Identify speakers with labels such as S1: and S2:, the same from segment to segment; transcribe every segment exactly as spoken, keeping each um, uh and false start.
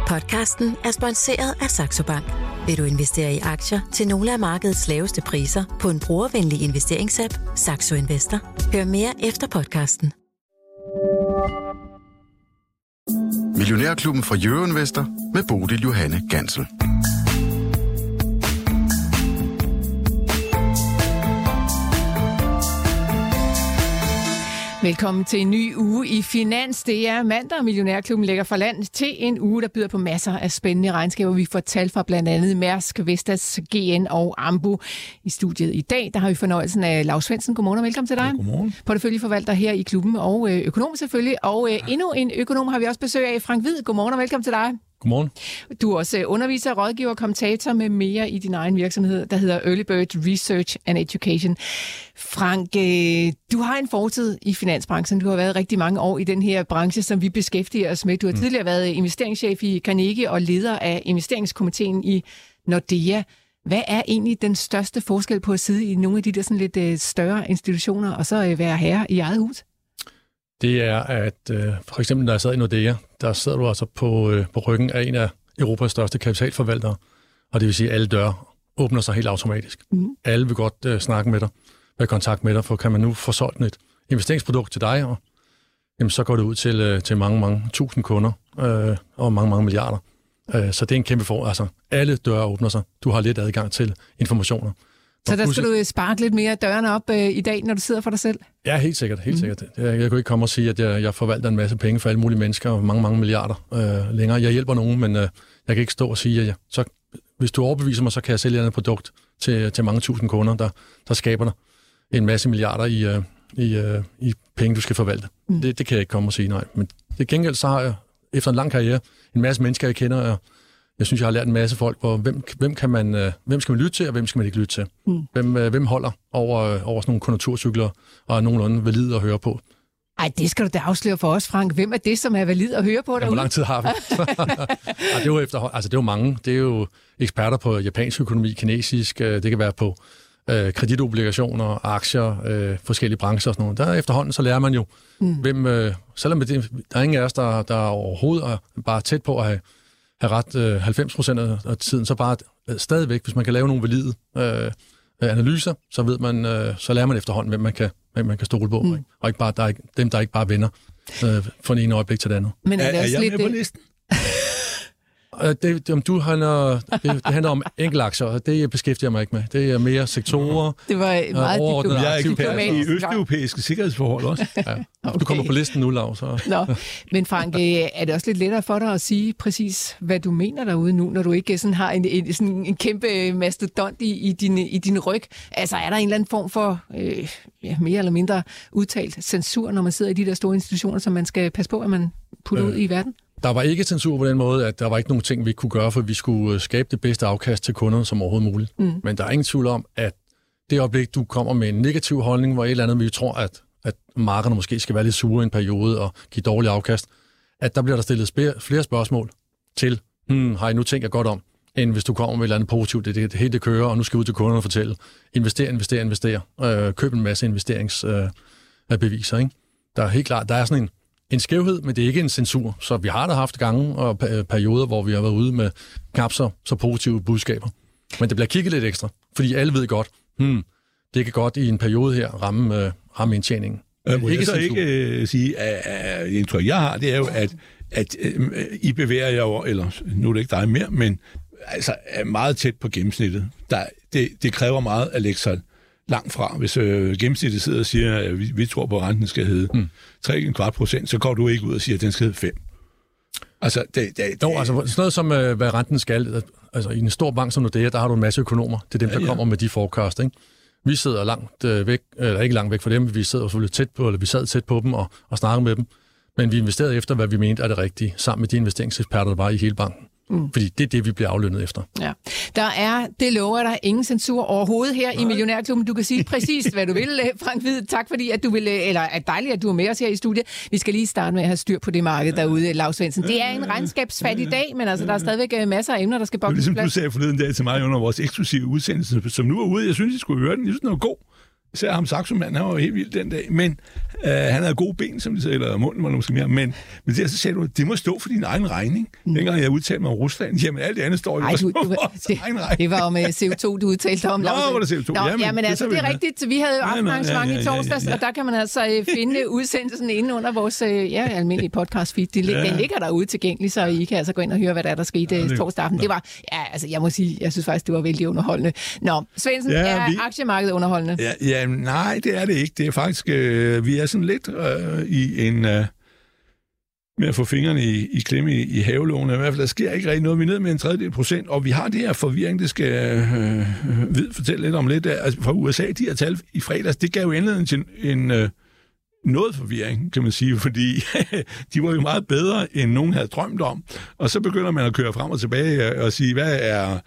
S1: Podcasten er sponsoreret af Saxo Bank. Vil du investere i aktier til nogle af markedets laveste priser på en brugervenlig investeringsapp, Saxo Investor? Hør mere efter podcasten.
S2: Millionærklubben fra Euro Investor med Bodil Johanne Gansel.
S3: Velkommen til en ny uge i Finans. Det er mandag, og Millionærklubben lægger fra land til en uge, der byder på masser af spændende regnskaber. Vi får tal fra blandt andet Mærsk, Vestas, G N og Ambu. I studiet i dag, der har vi fornøjelsen af Lars Svendsen. Godmorgen og velkommen til dig.
S4: Ja, godmorgen. Porteføljeforvalter
S3: her i klubben, og øh, økonom selvfølgelig. Og øh, endnu en økonom har vi også besøg af, Frank Hvid. Godmorgen og velkommen til dig.
S4: Godmorgen.
S3: Du er også underviser, rådgiver og kommentator med mere i din egen virksomhed, der hedder Early Bird Research and Education. Frank, du har en fortid i finansbranchen. Du har været rigtig mange år i den her branche, som vi beskæftiger os med. Du har mm. tidligere været investeringschef i Carnegie og leder af investeringskomiteen i Nordea. Hvad er egentlig den største forskel på at sidde i nogle af de der sådan lidt større institutioner og så være herre i eget hus?
S4: Det er, at øh, for eksempel, når jeg sad i Nordea, der sidder du altså på, øh, på ryggen af en af Europas største kapitalforvaltere, og det vil sige, at alle døre åbner sig helt automatisk. Mm. Alle vil godt øh, snakke med dig, være i kontakt med dig, for kan man nu få solgt et investeringsprodukt til dig, og jamen, så går det ud til, øh, til mange, mange tusind kunder øh, og mange, mange milliarder. Øh, så det er en kæmpe for. Altså, alle døre åbner sig. Du har lidt adgang til informationer.
S3: Så der skal du sparke lidt mere dørene op øh, i dag, når du sidder for dig selv?
S4: Ja, helt sikkert. Helt mm. sikkert. Jeg, jeg kunne ikke komme og sige, at jeg, jeg forvalter en masse penge for alle mulige mennesker og mange, mange milliarder øh, længere. Jeg hjælper nogen, men øh, jeg kan ikke stå og sige, at jeg, så, hvis du overbeviser mig, så kan jeg sælge et produkt til, til mange tusind kunder, der, der skaber dig en masse milliarder i, øh, i, øh, i penge, du skal forvalte. Mm. Det, det kan jeg ikke komme og sige, nej. Men det gengæld så har jeg efter en lang karriere en masse mennesker, jeg kender, og jeg synes, jeg har lært en masse folk, hvor hvem, hvem, kan man, øh, hvem skal man lytte til, og hvem skal man ikke lytte til? Mm. Hvem, øh, hvem holder over, øh, over sådan nogle konjunkturcykler, og er nogenlunde valid at høre på?
S3: Ej, det skal du da afsløre for os, Frank. Hvem er det, som er valid at høre på derude?
S4: Ja, hvor lang tid har vi? ja, det er jo efterhånden, altså det er jo mange. Det er jo eksperter på japansk økonomi, kinesisk, øh, det kan være på øh, kreditobligationer, aktier, øh, forskellige brancher og sådan noget. Der efterhånden, så lærer man jo, mm. hvem, øh, selvom det, der er ingen af os, der, der overhovedet er bare tæt på at have have ret øh, halvfems procent af tiden, så bare øh, stadigvæk, hvis man kan lave nogle valide øh, analyser, så ved man, øh, så lærer man efterhånden, hvem man kan, hvem man kan stole på, mm. ikke? Og ikke bare der er ikke, dem, der ikke bare vender øh, fra en ene øjeblik til det andet.
S5: Men er, er, er jeg lidt med på listen?
S4: Det, det, du handler, det, det handler om enkeltaktier, og det beskæftiger jeg mig ikke med. Det er mere sektorer.
S3: Det var meget
S5: diplomatisk. Jeg er ekspert i østeuropæiske sikkerhedsforhold også.
S4: Ja. Okay. Du kommer på listen nu, Lav. Så.
S3: Nå. Men Frank, er det også lidt lettere for dig at sige præcis, hvad du mener derude nu, når du ikke sådan har en, en, sådan en kæmpe mastodont i, i, din, i din ryg? Altså, er der en eller anden form for øh, ja, mere eller mindre udtalt censur, når man sidder i de der store institutioner, som man skal passe på, at man putter øh. ud i verden?
S4: Der var ikke censur på den måde, at der var ikke nogen ting, vi kunne gøre, for vi skulle skabe det bedste afkast til kunderne som overhovedet muligt. Mm. Men der er ingen tvivl om, at det øjeblik, du kommer med en negativ holdning, hvor et eller andet, vi tror, at, at markederne måske skal være lidt sure i en periode og give dårlig afkast, at der bliver der stillet spær- flere spørgsmål til, hmm, har I nu tænkt jer godt om, end hvis du kommer med et eller andet positivt, det, det, det hele det kører, og nu skal ud til kunderne og fortælle, investere, investere, investere, øh, køb en masse investeringsbeviser. Øh, ikke? Der er helt klart, der er sådan en En skævhed, men det er ikke en censur. Så vi har da haft gange og perioder, hvor vi har været ude med knap så, så positive budskaber. Men det bliver kigget lidt ekstra, fordi alle ved godt, hmm, det kan godt i en periode her ramme, øh, ramme indtjeningen.
S5: Øh, må ikke jeg så censur. ikke uh, sige, at uh, indtryk jeg har, det er jo, at, at uh, I bevæger jer over, eller nu er det ikke dig mere, men altså er meget tæt på gennemsnittet. Der, det, det kræver meget at lægge sig langt fra. Hvis øh, gennemsnittet sidder og siger, at vi, vi tror på, at renten skal hedde mm. tre komma fem procent, så går du ikke ud og siger, at den skal hedde fem. Altså, det, det, det,
S4: jo, altså sådan noget som, øh, hvad renten skal. Altså, i en stor bank som Nordea, der har du en masse økonomer. Det er dem, der ja, ja. kommer med de forecast, ikke? Vi sidder langt øh, væk, eller ikke langt væk fra dem, vi sidder selvfølgelig tæt på, eller vi sad tæt på dem og, og snakkede med dem. Men vi investerede efter, hvad vi mente er det rigtige, sammen med de investeringseksperter, der var i hele banken. Mm. Fordi det er det, vi bliver aflønnet efter.
S3: Ja. Der er, det lover der, ingen censur overhovedet her Nej. i Millionærklubben. Du kan sige præcis, hvad du vil, Frank Hvid. Tak fordi, at du vil, eller er dejligt, at du er med os her i studiet. Vi skal lige starte med at have styr på det marked derude, Lars Svendsen. Det er en regnskabsfattig dag, men altså, der er stadigvæk masser af emner, der skal bokses.
S5: Ligesom du sagde forleden dag til mig under vores eksklusive udsendelse, som nu er ude. Jeg synes, I skulle høre den. Jeg synes, den var god. især ham Saxo-manden, han var jo helt vild den dag, men øh, han havde gode ben, som de sagde, eller munden var måske mere, men, men der så sagde du, det må stå for din egen regning. Mm. Dengang jeg udtalte mig om Rusland, jamen alt det andet står jo også for
S3: det,
S5: egen regning.
S3: Det var jo med C O to, du udtalte om.
S5: Nå, var det C O to?
S3: Nå, jamen, jamen altså, det, det er rigtigt. Vi havde jo aftenarrangement ja, ja, ja, i torsdags, ja, ja, ja. Og der kan man altså finde udsendelsen inde under vores ja, almindelige podcast-feed. Den ja. ligger derude tilgængelig, så I kan altså gå ind og høre, hvad der er, der skete ja, det, torsdag aften. Det var, ja, altså jeg må sige, jeg synes faktisk, det var vældig underholdende. Nå, Svendsen, ja, er vi... aktiemarkedet underholdende?
S5: Ja, ja, nej, det er det ikke. Det er faktisk, øh, vi er sådan lidt øh, i en... Øh, med at få fingrene i, i klemme i, i havelåne. I hvert fald, der sker ikke rigtig noget. Vi er ned med en tredjedel procent, og vi har det her forvirring, det skal øh, øh, fortælle lidt om lidt. Altså, fra U S A, de her tal i fredags, det gav jo anledning til en... Øh, noget forvirring, kan man sige, fordi de var jo meget bedre, end nogen havde drømt om. Og så begynder man at køre frem og tilbage og sige, hvad er,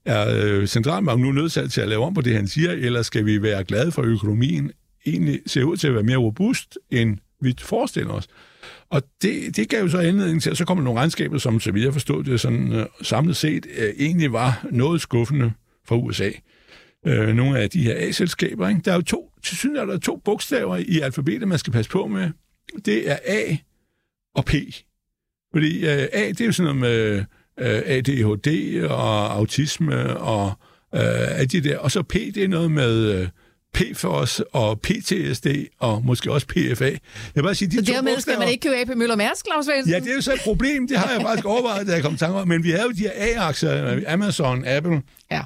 S5: er centralbanken nu nødsat til at lave om på det, han siger, eller skal vi være glade for, økonomien egentlig ser ud til at være mere robust, end vi forestiller os. Og det, det gav jo så anledning til, at så kommer nogle regnskaber, som, så vidt jeg forstod det, sådan, uh, samlet set uh, egentlig var noget skuffende fra U S A. Uh, nogle af de her A-selskaber, ikke? Der er jo to, til synes er der to bogstaver i alfabetet, man skal passe på med. Det er A og P. Fordi uh, A, det er jo sådan noget med uh, A D H D og autisme og uh, af de der. Og så P, det er noget med... Uh, P F O S og P T S D og måske også P F A. Jeg vil bare sige, de
S3: så
S5: to
S3: dermed skal man ikke købe A P Møller Mærsk, Claus Svendsen?
S5: Ja, det er jo så et problem. Det har jeg faktisk overvejet, da jeg kom i tanke om. Men vi har jo de her A-aktier, Amazon, Apple ja.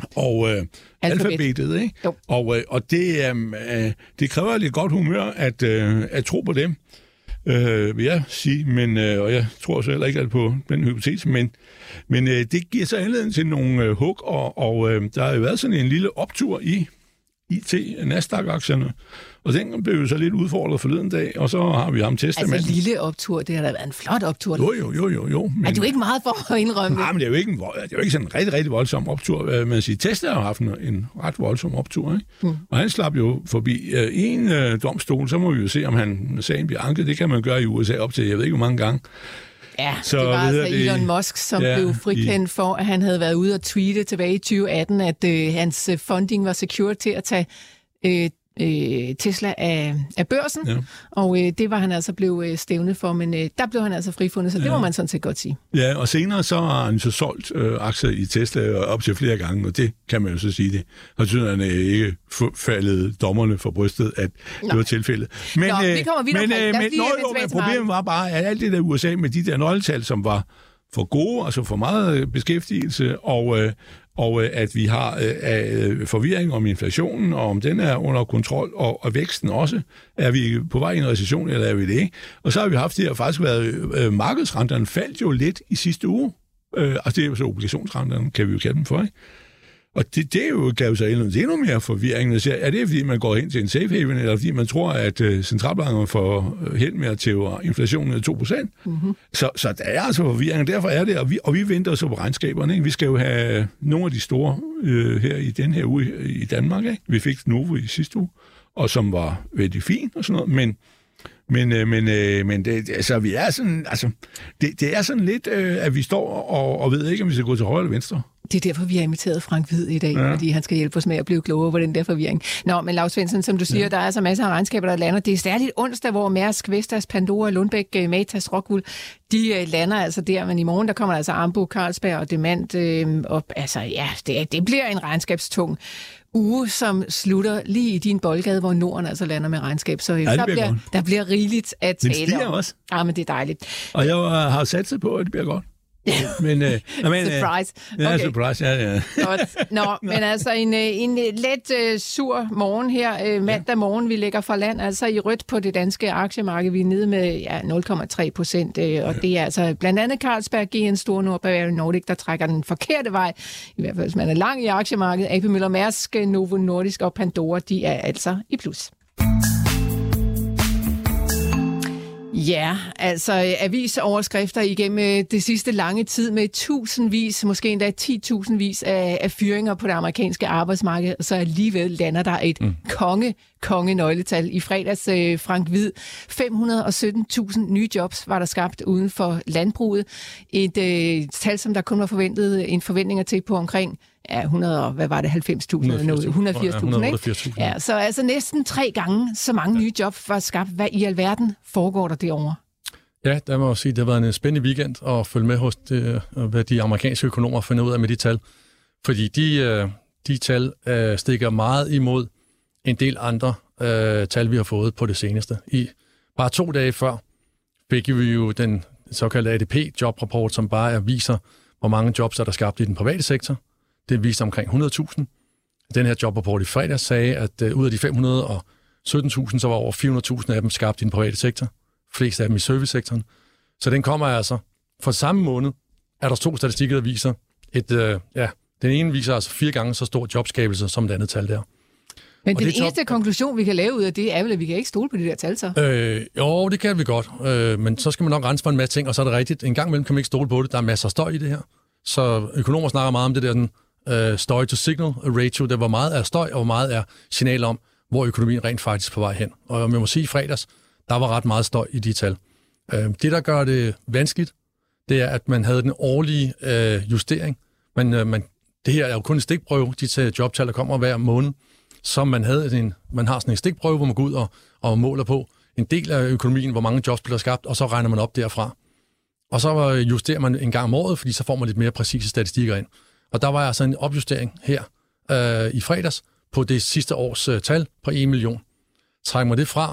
S5: og øh, alfabetet, ikke? Jo. Og, øh, og det, øh, det kræver lidt godt humør at, øh, at tro på dem, øh, vil jeg sige. Men, øh, og jeg tror så heller ikke at på den hypotese, men, men øh, det giver så anledning til nogle øh, hug, og, og øh, der har jo været sådan en lille optur i I T, Nasdaq-aktierne, og den blev jo så lidt udfordret forleden dag, og så har vi ham testamenten.
S3: Altså lille optur, det har da været en flot optur.
S5: Jo, jo, jo, jo. jo
S3: men... Er du ikke meget for at indrømme det?
S5: Nej, men det er jo ikke, en, det er jo ikke sådan en rigtig, rigtig voldsom optur. Man siger, Tesla har haft en, en ret voldsom optur, ikke? Hmm. Og han slap jo forbi uh, en uh, domstol, så må vi jo se, om han sagen bliver anket. Det kan man gøre i U S A op til, jeg ved ikke, hvor mange gange.
S3: Ja, så det var altså Elon Musk, som ja, blev frikendt for, at han havde været ude og tweete tilbage i tyve atten, at øh, hans funding var secure til at tage øh, øh, Tesla af, af børsen. Ja. Og øh, det var han altså blevet øh, stævnet for, men øh, der blev han altså frifundet, så det ja. må man sådan set godt sige.
S5: Ja, og senere så har han så solgt øh, aktier i Tesla op til flere gange, og det kan man jo så sige det. Og synes han ikke faldet dommerne for brystet, at Nå. det var tilfældet. Men,
S3: Nå,
S5: øh,
S3: vi kommer videre
S5: men,
S3: omkring.
S5: øh, men, nå, jo, men problemet var bare, at alt det der U S A med de der nøgletal, som var for gode, altså for meget beskæftigelse, og, øh, og øh, at vi har øh, forvirring om inflationen, og om den er under kontrol, og, og væksten også. Er vi på vej i en recession, eller er vi det ikke? Og så har vi haft det her faktisk været, øh, markedsrenterne faldt jo lidt i sidste uge. Øh, altså det er jo så obligationsrenterne, kan vi jo kalde dem for, ikke? Og det, det er jo, gav sig endnu mere forvirring. Er det, fordi man går ind til en safe haven, eller fordi man tror, at uh, centralbanken får held med at tæve inflationen af to procent? Mm-hmm. Så, så der er altså forvirring, og derfor er det, og vi, og vi venter så på regnskaberne. Ikke? Vi skal jo have nogle af de store uh, her i den her uge i Danmark. Ikke? Vi fik Novo i sidste uge, og som var vældig fint og sådan noget, men Men, øh, men, øh, men det, altså, vi er sådan, altså, det, det er sådan lidt, øh, at vi står og, og ved ikke, om vi skal gå til højre eller venstre.
S3: Det er derfor, vi har inviteret Frank Hvid i dag, ja. fordi han skal hjælpe os med at blive klogere på den der forvirring. Nå, men Claus Svendsen, som du siger, ja. der er så masser af regnskaber, der lander. Det er særligt onsdag, hvor Mærsk, Vestas, Pandora, Lundbæk, Matas, Rockwool, de øh, lander altså der, men i morgen, der kommer altså Ambu, Carlsberg og Demant øh, op. Altså, ja, det, det bliver en regnskabstung uge, som slutter lige i din boldgade, hvor Norden altså lander med regnskab. Så ja, der, bliver, der bliver rigeligt at tale om.
S5: Det stiger også.
S3: Ja, men det er dejligt.
S5: Og jeg har satset på, at det bliver godt. Men, øh, men,
S3: surprise.
S5: Okay. Ja, surprise, ja, ja.
S3: Nå, men altså en, en let uh, sur morgen her, uh, mandag morgen, vi lægger fra land, altså i rødt på det danske aktiemarked. Vi er nede med ja, nul komma tre procent, uh, og ja. det er altså blandt andet Carlsberg, G N Store Nord, Bavarian Nordic, der trækker den forkerte vej. I hvert fald, hvis man er lang i aktiemarkedet. A P Møller Mærsk, Novo Nordisk og Pandora, de er altså i plus. Ja, altså avisoverskrifter igennem det sidste lange tid med tusindvis, måske endda titusindvis af, af fyringer på det amerikanske arbejdsmarked, så alligevel lander der et mm. konge, konge nøgletal. I fredags, øh, Frank Hvid, fem hundrede og sytten tusind nye jobs var der skabt uden for landbruget. Et øh, tal, som der kun var forventet en forventninger til på omkring ja, hundrede, hvad var det, halvfems tusind eller noget? et hundrede og firs tusind, ikke? Ja, så altså næsten tre gange så mange nye job var skabt. Hvad i alverden foregår der derovre?
S4: Ja, der må jeg sige, det har været en spændende weekend at følge med hos det, hvad de amerikanske økonomer finder ud af med de tal. Fordi de, de tal stikker meget imod en del andre øh, tal, vi har fået på det seneste. I bare to dage før fik vi jo den såkaldte A D P-jobrapport, som bare er, viser, hvor mange jobs der er der skabt i den private sektor. Det viser omkring hundrede tusind. Den her jobrapport i fredag sagde, at øh, ud af de fem hundrede og sytten tusind, så var over fire hundrede tusind af dem skabt i den private sektor. Flest af dem i servicesektoren. Så den kommer altså for samme måned, er der to statistikker, der viser, et, øh, ja, den ene viser altså fire gange så stor jobskabelse, som det andet tal der.
S3: Men
S4: og
S3: den
S4: det
S3: eneste top... konklusion, vi kan lave ud af det, er vel, at vi kan ikke stole på de der tal så?
S4: Øh, jo, det kan vi godt. Øh, men så skal man nok rense for en masse ting, og så er det rigtigt. En gang imellem kan man ikke stole på det. Der er masser af støj i det her. Så økonomer snakker meget om det der den, øh, støj-to-signal ratio. Det hvor meget er støj, og hvor meget er signal om, hvor økonomien rent faktisk er på vej hen. Og man må sige, i fredags, der var ret meget støj i de tal. Øh, det, der gør det vanskeligt, det er, at man havde den årlige øh, justering. Men øh, man, det her er jo kun en stikprøve. De jobtal, der kommer hver måned. Så man, havde en, man har sådan en stikprøve, hvor man går ud og, og måler på en del af økonomien, hvor mange jobs bliver skabt, og så regner man op derfra. Og så justerer man en gang om året, fordi så får man lidt mere præcise statistikker ind. Og der var altså en opjustering her øh, i fredags på det sidste års øh, tal på en million. Trækker man det fra,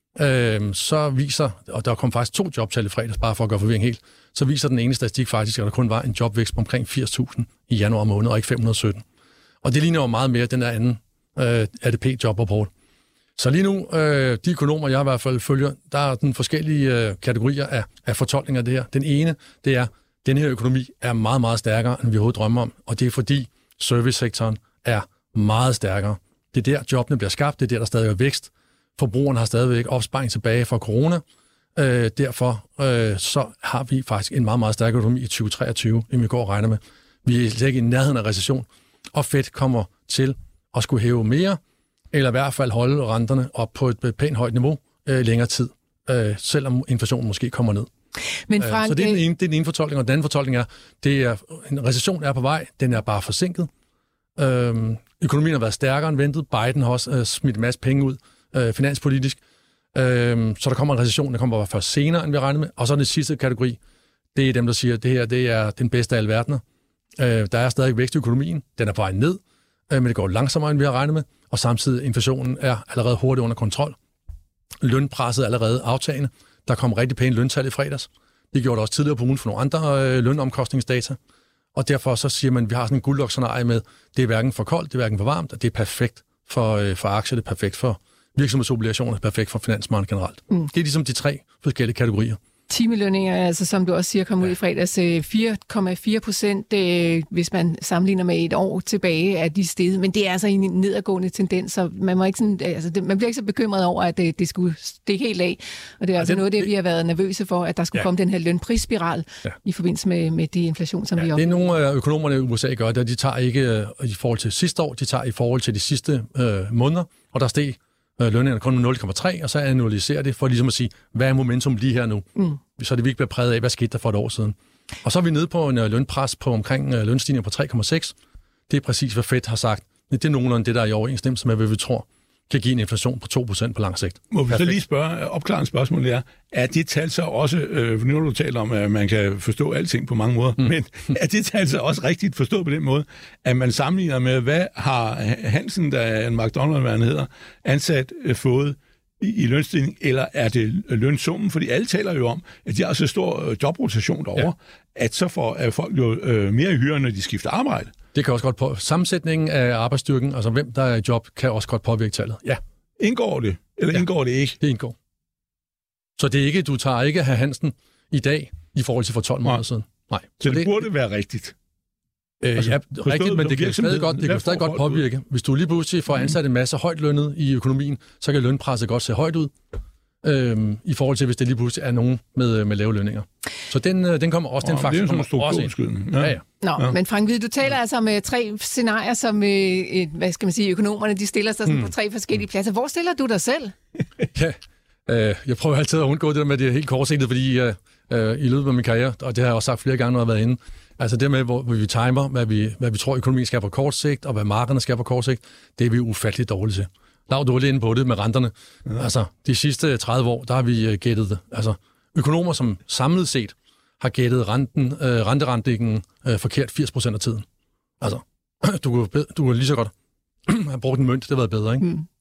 S4: øh, så viser, og der kom faktisk to jobtal i fredags, bare for at gøre forvirring helt, så viser den ene statistik faktisk, at der kun var en jobvækst på omkring firs tusind i januar måned, og ikke fem hundrede og sytten. Og det ligner jo meget mere den der anden A D P-jobrapport. Så lige nu, øh, de økonomer, jeg i hvert fald følger, der er den forskellige øh, kategorier af, af fortolkninger af det her. Den ene, det er, at den her økonomi er meget, meget stærkere, end vi overhovedet drømmer om, og det er fordi servicesektoren er meget stærkere. Det er der, jobbene bliver skabt, det er der, der stadig er vækst. Forbrugerne har stadigvæk opsparing tilbage fra corona. Øh, derfor øh, så har vi faktisk en meget, meget stærk økonomi i tyve treogtyve, end vi går og regner med. Vi er slet ikke i nærheden af recession, og Fed kommer til at skulle hæve mere, eller i hvert fald holde renterne op på et pænt højt niveau øh, længere tid, øh, selvom inflationen måske kommer ned.
S3: Men Frank,
S4: så det er, den ene, det er den ene fortolkning, og den anden fortolkning er, det er, en recession er på vej, den er bare forsinket. Øhm, økonomien har været stærkere end ventet, Biden har også øh, smidt en masse penge ud øh, finanspolitisk, øhm, så der kommer en recession, der kommer bare først senere, end vi regner med, og så den sidste kategori, det er dem, der siger, at det her det er den bedste af alle verdener. Øh, der er stadig vækst i økonomien, den er på vej ned, men det går langsommere, end vi har regnet med, og samtidig inflationen er allerede hurtigt under kontrol. Lønpresset er allerede aftagende. Der kom rigtig pæne løntal i fredags. Det gjorde det også tidligere på ugen for nogle andre øh, lønomkostningsdata. Og derfor så siger man, at vi har sådan en guldlok-scenarie med, det er hverken for koldt, det er hverken for varmt, og det er perfekt for, øh, for aktier, det er perfekt for virksomhedsobligationer, det er perfekt for finansmarkedet generelt. Mm. Det er ligesom de tre forskellige kategorier. Timelønninger,
S3: altså som du også siger, kom ud ja. i fredags, fire komma fire procent, øh, hvis man sammenligner med et år tilbage, er de steget. Men det er altså en nedadgående tendens, så man, må ikke sådan, altså det, man bliver ikke så bekymret over, at det, det skulle stikke helt af. Og det er ja, altså den, noget af det, vi har været nervøse for, at der skulle ja. komme den her lønprisspiral ja. i forbindelse med, med det inflation, som ja, vi oplever. Det er nogle af økonomerne i U S A gør, det de tager ikke uh, i forhold til sidste år, de tager i forhold til de sidste uh, måneder, og der steg lønningerne kun nul komma tre, og så analyserer det for ligesom at sige, hvad er momentum lige her nu? Mm. Så det vi ikke bliver præget af, hvad skete der for et år siden. Og så er vi nede på en uh, lønpres på omkring uh, lønstigninger på tre komma seks. Det er præcis, hvad Fed har sagt. Det er nogenlunde det, der er i overensstemmelse med, hvad vi tror kan give en inflation på to procent på lang sigt.
S5: Må vi Perfekt. så lige spørge, opklarende spørgsmål er, er det tal så også, øh, nu har du talt om, at man kan forstå alting på mange måder, mm. men er det tal så også rigtigt forstået på den måde, at man sammenligner med, hvad har Hansen, der er en McDonald's, hvad han hedder, ansat øh, fået i, i lønstigning, eller er det lønsummen? Fordi alle taler jo om, at de har så stor øh, jobrotation derovre, ja. at så får øh, folk jo øh, mere i hyre, når de skifter arbejde.
S4: Det kan også godt på sammensætningen af arbejdsstyrken, altså hvem der er i job, kan også godt påvirke tallet. Ja.
S5: Indgår det? Eller ja. indgår det ikke?
S4: Det indgår. Så det er ikke, du tager ikke Herr Hansen i dag i forhold til for tolv måneder siden. Nej.
S5: Så, så det, det burde være rigtigt?
S4: Øh, altså, ja, rigtigt, men det kan stadig godt, det kan stadig godt påvirke. Hvis du lige pludselig får ansat en masse højt lønnet i økonomien, så kan lønpresset godt se højt ud. Øhm, i forhold til, hvis det lige pludselig er nogen med, med lave lønninger. Så den, den kommer også, oh, den faktisk kommer også ind.
S5: Ja. Ja, ja.
S3: Nå, ja. Men Frank Hvid, du taler altså om tre scenarier, som øh, hvad skal man sige, økonomerne de stiller sig sådan mm. på tre forskellige pladser. Hvor stiller du dig selv?
S4: ja, Øh, jeg prøver altid at undgå det der med, det er helt kortsigtet, fordi øh, øh, i løbet af min karriere, og det har jeg også sagt flere gange, når jeg har været inde, altså det med, hvor vi timer, hvad vi, hvad vi tror, økonomien skal på kort sigt, og hvad markederne skal på kort sigt, det er vi ufatteligt dårlige til. Lav, du er lidt inde på det med renterne. Ja. Altså, de sidste tredive år, der har vi gættet det. Altså, økonomer, som samlet set har gættet renten, øh, renterentningen øh, forkert firs procent af tiden. Altså, du kunne, du kunne lige så godt have brugt en mønt, det havde været bedre, ikke? Mm.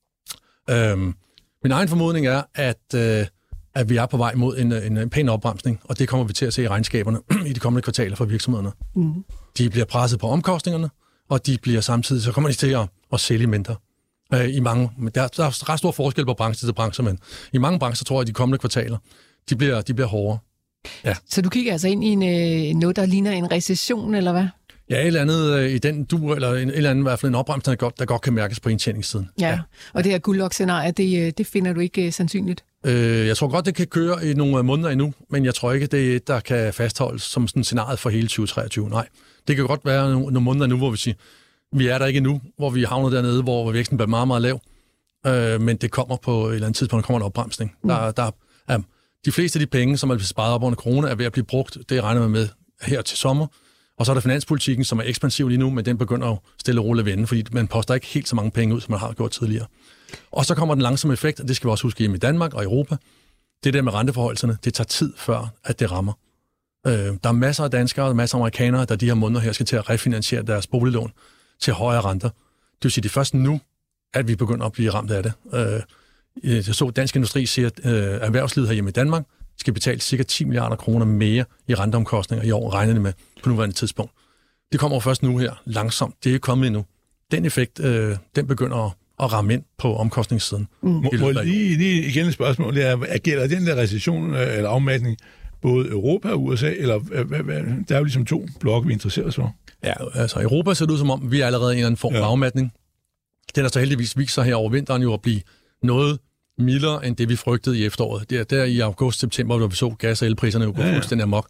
S4: Øhm, min egen formodning er, at, øh, at vi er på vej mod en, en, en pæn opbremsning, og det kommer vi til at se i regnskaberne i de kommende kvartaler for virksomhederne. Mm. De bliver presset på omkostningerne, og de bliver samtidig, så kommer de til at, at sælge mindre. Øh, i mange, der, der er ret stor forskel på branche til branche, men i mange brancher tror jeg, at de kommende kvartaler, de bliver, de bliver hårdere. Ja.
S3: Så du kigger altså ind i en, øh, noget, der ligner en recession, eller hvad?
S4: Ja, et eller andet øh, i den du eller en eller anden i hvert fald en opbremsning, der godt, der godt kan mærkes på indtjeningssiden.
S3: Ja, ja. Og det her Goldilocks-scenarie, det, det finder du ikke uh, sandsynligt? Øh,
S4: jeg tror godt, det kan køre i nogle måneder endnu, men jeg tror ikke, det er et, der kan fastholdes som sådan et scenarie for hele tyve treogtyve. Nej, det kan godt være nogle, nogle måneder endnu, hvor vi siger, vi er der ikke endnu, hvor vi havner dernede, hvor væksten bliver meget, meget lav, øh, men det kommer på et eller andet tidspunkt, der kommer en opbremsning. Mm. Der, der, ja, de fleste af de penge, som er sparet op under corona, er ved at blive brugt, det regner man med her til sommer. Og så er der finanspolitikken, som er ekspansiv lige nu, men den begynder jo stille og roligt at vende, fordi man poster ikke helt så mange penge ud, som man har gjort tidligere. Og så kommer den langsomme effekt, og det skal vi også huske hjemme i Danmark og Europa. Det der med renteforholdelserne, det tager tid før, at det rammer. Øh, der er masser af danskere og masser af amerikanere, der de her måneder her skal til at refinansiere deres boliglån til højere renter. Det vil sige, det er først nu, at vi begynder at blive ramt af det. Øh, jeg så Dansk Industri siger, at øh, erhvervslivet herhjemme i Danmark skal betale cirka ti milliarder kroner mere i renteomkostninger i år, regner det med på nuværende tidspunkt. Det kommer først nu her, langsomt. Det er ikke kommet endnu. Den effekt, øh, den begynder at, at ramme ind på omkostningssiden. Mm.
S5: Må, må lige, lige igen et spørgsmål. Det er, gælder den der recession eller afmatning både Europa og U S A, eller hvad, hvad, der er jo ligesom to blokke, vi interesserer os for?
S4: Ja, altså Europa ser det ud som om, vi er allerede i en eller anden form for ja. afmatning. Den har så heldigvis vist sig her over vinteren jo at blive noget mildere end det, vi frygtede i efteråret. Det er der i august-september, hvor vi så gas- og elpriserne jo gå ja, ja. fuldstændig amok.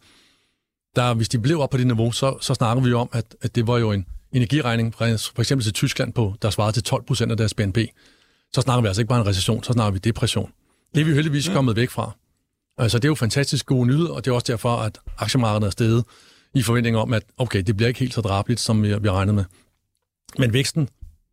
S4: Der, hvis de blev op på det niveau, så, så snakker vi om, at, at det var jo en energiregning, for eksempel til Tyskland, på, der svarede til tolv procent af deres B N P. Så snakker vi altså ikke bare en recession, så snakker vi depression. Det er vi heldigvis ja. kommet væk fra. Altså, det er jo fantastisk gode nyheder, og det er også derfor, at aktiemarkedet er steget i forventning om, at okay, det bliver ikke helt så drabeligt, som vi, vi regnede med. Men væksten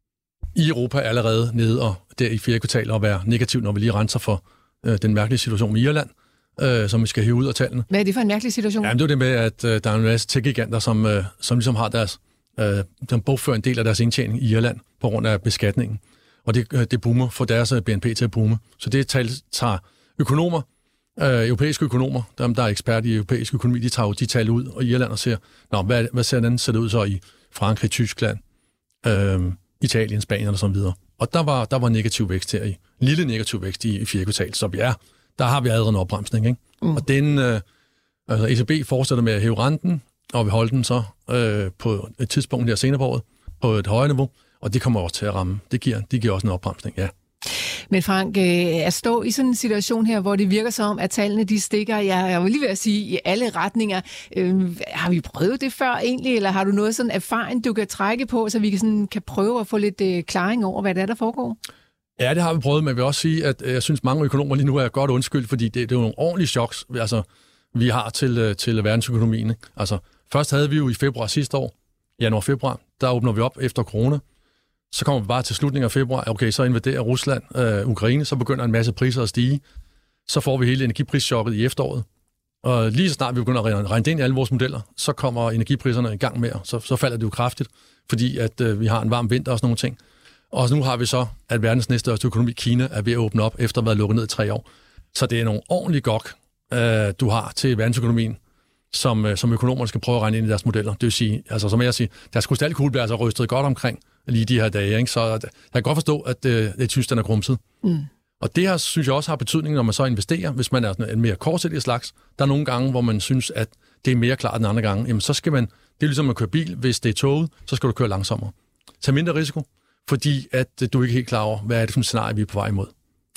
S4: i Europa er allerede nede og der i fjerde kvartal at være negativ, når vi lige renser for øh, den mærkelige situation med Irland, øh, som vi skal hive ud af tallene.
S3: Hvad er det for en mærkelig situation?
S4: Jamen, det er det med, at øh, der er en masse tech-giganter, som, øh, som ligesom har deres, øh, som bogfører en del af deres indtjening i Irland på grund af beskatningen. Og det, øh, det boomer, får deres B N P til at boome. Så det tal, tager økonomer, øh, europæiske økonomer, dem der er ekspert i europæisk økonomi, de tager jo de tal ud og Irland og ser, nå, hvad, hvad ser den ser det ud så i Frankrig, Tyskland, øh, Italien, Spanien og så videre. Og der var, der var negativ vækst her i. Lille negativ vækst i, i fjerde kvartal. Så ja, der har vi allerede en opbremsning, ikke? Mm. Og den, øh, altså E C B fortsætter med at hæve renten, og vi holder den så øh, på et tidspunkt her senere på året, på et højere niveau, og det kommer også til at ramme. Det giver, det giver også en opbremsning, ja.
S3: Men Frank, at stå i sådan en situation her, hvor det virker som, at tallene de stikker, jeg, jeg vil lige ved at sige, i alle retninger. Øh, har vi prøvet det før egentlig, eller har du noget sådan erfaring, du kan trække på, så vi kan, sådan, kan prøve at få lidt øh, klaring over, hvad det er, der foregår?
S4: Ja, det har vi prøvet, men jeg vil også sige, at jeg synes, mange økonomer lige nu er godt undskyldt, fordi det, det er jo nogle ordentlige choks, altså, vi har til, til verdensøkonomien. Ikke? Altså, først havde vi jo i februar sidste år, januar-februar, der åbner vi op efter corona. Så kommer vi bare til slutningen af februar, okay, så invaderer Rusland øh, Ukraine, så begynder en masse priser at stige. Så får vi hele energiprischokket i efteråret. Og lige så snart vi begynder at regne det ind i alle vores modeller, så kommer energipriserne i gang med, så, så falder det jo kraftigt, fordi at øh, vi har en varm vinter og sådan nogle ting. Og nu har vi så, at verdens næststørste økonomi, Kina, er ved at åbne op, efter at have været lukket ned i tre år. Så det er nogle ordentlige gok, øh, du har til verdensøkonomien, som, øh, som økonomerne skal prøve at regne ind i deres modeller. Det vil sige, altså som jeg siger, deres krystalkugle bliver altså rystet godt omkring lige de her dage, ikke? Så jeg kan godt forstå, at øh, det synes, den er grumset. Mm. Og det her, synes jeg også har betydning, når man så investerer, hvis man er en mere kortsigtet slags. Der er nogle gange, hvor man synes, at det er mere klart end andre gange. Jamen, så skal man, det er ligesom at køre bil. Hvis det er toget, så skal du køre langsommere. Tag mindre risiko, fordi at du er ikke helt klar over, hvad er det for en scenarie, vi er på vej imod.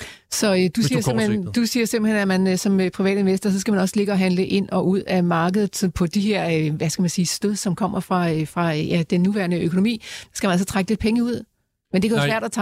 S3: Så øh, du, siger simpelthen, du siger simpelthen, at man øh, som øh, privat investor, så skal man også ligge og handle ind og ud af markedet på de her, øh, hvad skal man sige, stød, som kommer fra, øh, fra ja, den nuværende økonomi. Der skal man altså trække lidt penge ud. Men det kan jo svært at time.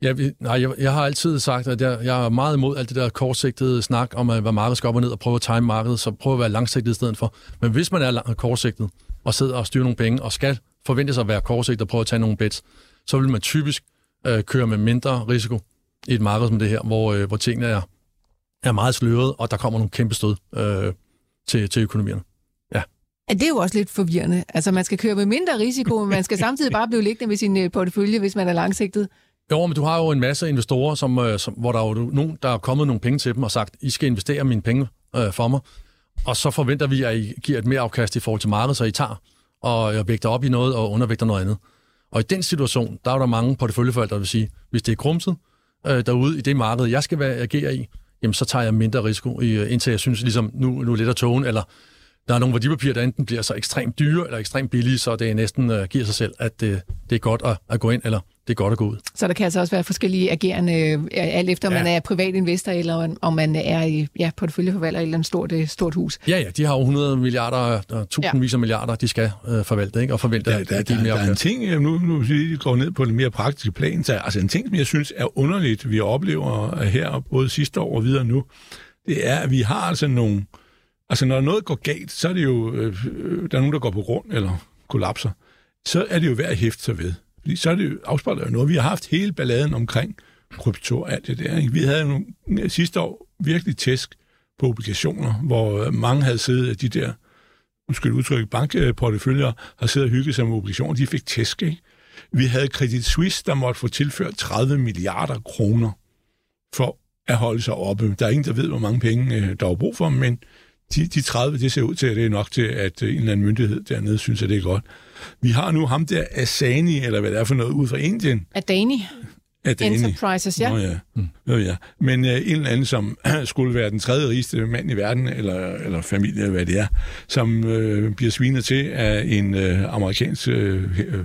S4: Ja, vi, nej, jeg, jeg har altid sagt, at jeg, jeg er meget imod alt det der kortsigtede snak om, at markedet skal op og ned og prøve at time markedet, så prøve at være langsigtet i stedet for. Men hvis man er lang, kortsigtet og sidder og styrer nogle penge, og skal forvente sig at være kortsigtet og prøve at tage nogle bets, så vil man typisk øh, køre med mindre risiko i et marked som det her, hvor, øh, hvor tingene er, er meget sløret, og der kommer nogle kæmpe stød øh, til, til økonomierne. Ja.
S3: Det er jo også lidt forvirrende. Altså, man skal køre med mindre risiko, men man skal samtidig bare blive liggende med sin portefølje, hvis man er langsigtet.
S4: Jo, men du har jo en masse investorer, som, øh, som, hvor der er jo nogen, der er kommet nogle penge til dem og sagt, I skal investere mine penge øh, for mig, og så forventer vi, at I giver et mere afkast i forhold til markedet, så I tager og øh, vægter op i noget og undervægter noget andet. Og i den situation, der er der mange porteføljeforældre, der vil sige, hvis det er grumset øh, derude i det marked, jeg skal være, agere i, jamen så tager jeg mindre risiko, i, indtil jeg synes, ligesom nu, nu lidt af togen, eller der er nogle værdipapirer, der enten bliver så ekstremt dyre eller ekstremt billige, så det næsten uh, giver sig selv, at det, det er godt at, at gå ind, eller det er godt at gå ud. Så der kan altså også være forskellige agerende, alt efter om ja. man er privat investor, eller om man er i ja, porteføljeforvalter i et eller andet stort, stort hus. Ja, ja, de har jo hundrede milliarder, tusindvis af ja. milliarder, de skal uh, forvalte, ikke? Og forvente,
S5: at de mere. Der er en ting, nu, nu vi går ned på det mere praktiske plan, så altså en ting, som jeg synes er underligt, vi oplever her, både sidste år og videre nu, det er, at vi har altså nogle Altså, når noget går galt, så er det jo, øh, der er nogen, der går på grund eller kollapser, så er det jo værd at hæfte sig ved. Fordi så er det jo afspejlet jo noget. Vi har haft hele balladen omkring krypto og alt det der. Ikke? Vi havde nogle, sidste år virkelig tæsk på obligationer, hvor mange havde siddet af de der, undskyld udtrykke, bankporteføljer, har siddet og hygget sig med obligationer. De fik tæsk, ikke? Vi havde Credit Suisse, der måtte få tilført tredive milliarder kroner for at holde sig oppe. Der er ingen, der ved, hvor mange penge der var brug for, men De, de tredive, det ser ud til, at det er nok til, at en eller anden myndighed dernede synes, at det er godt. Vi har nu ham der, Asani, eller hvad det er for noget, ud fra Indien.
S3: Adani.
S5: Adani.
S3: Enterprises, ja.
S5: Nå ja. Mm. Nå, ja. Men uh, en eller anden, som skulle være den tredje rigeste mand i verden, eller, eller familie, eller hvad det er, som uh, bliver svinet til af en uh, amerikansk uh,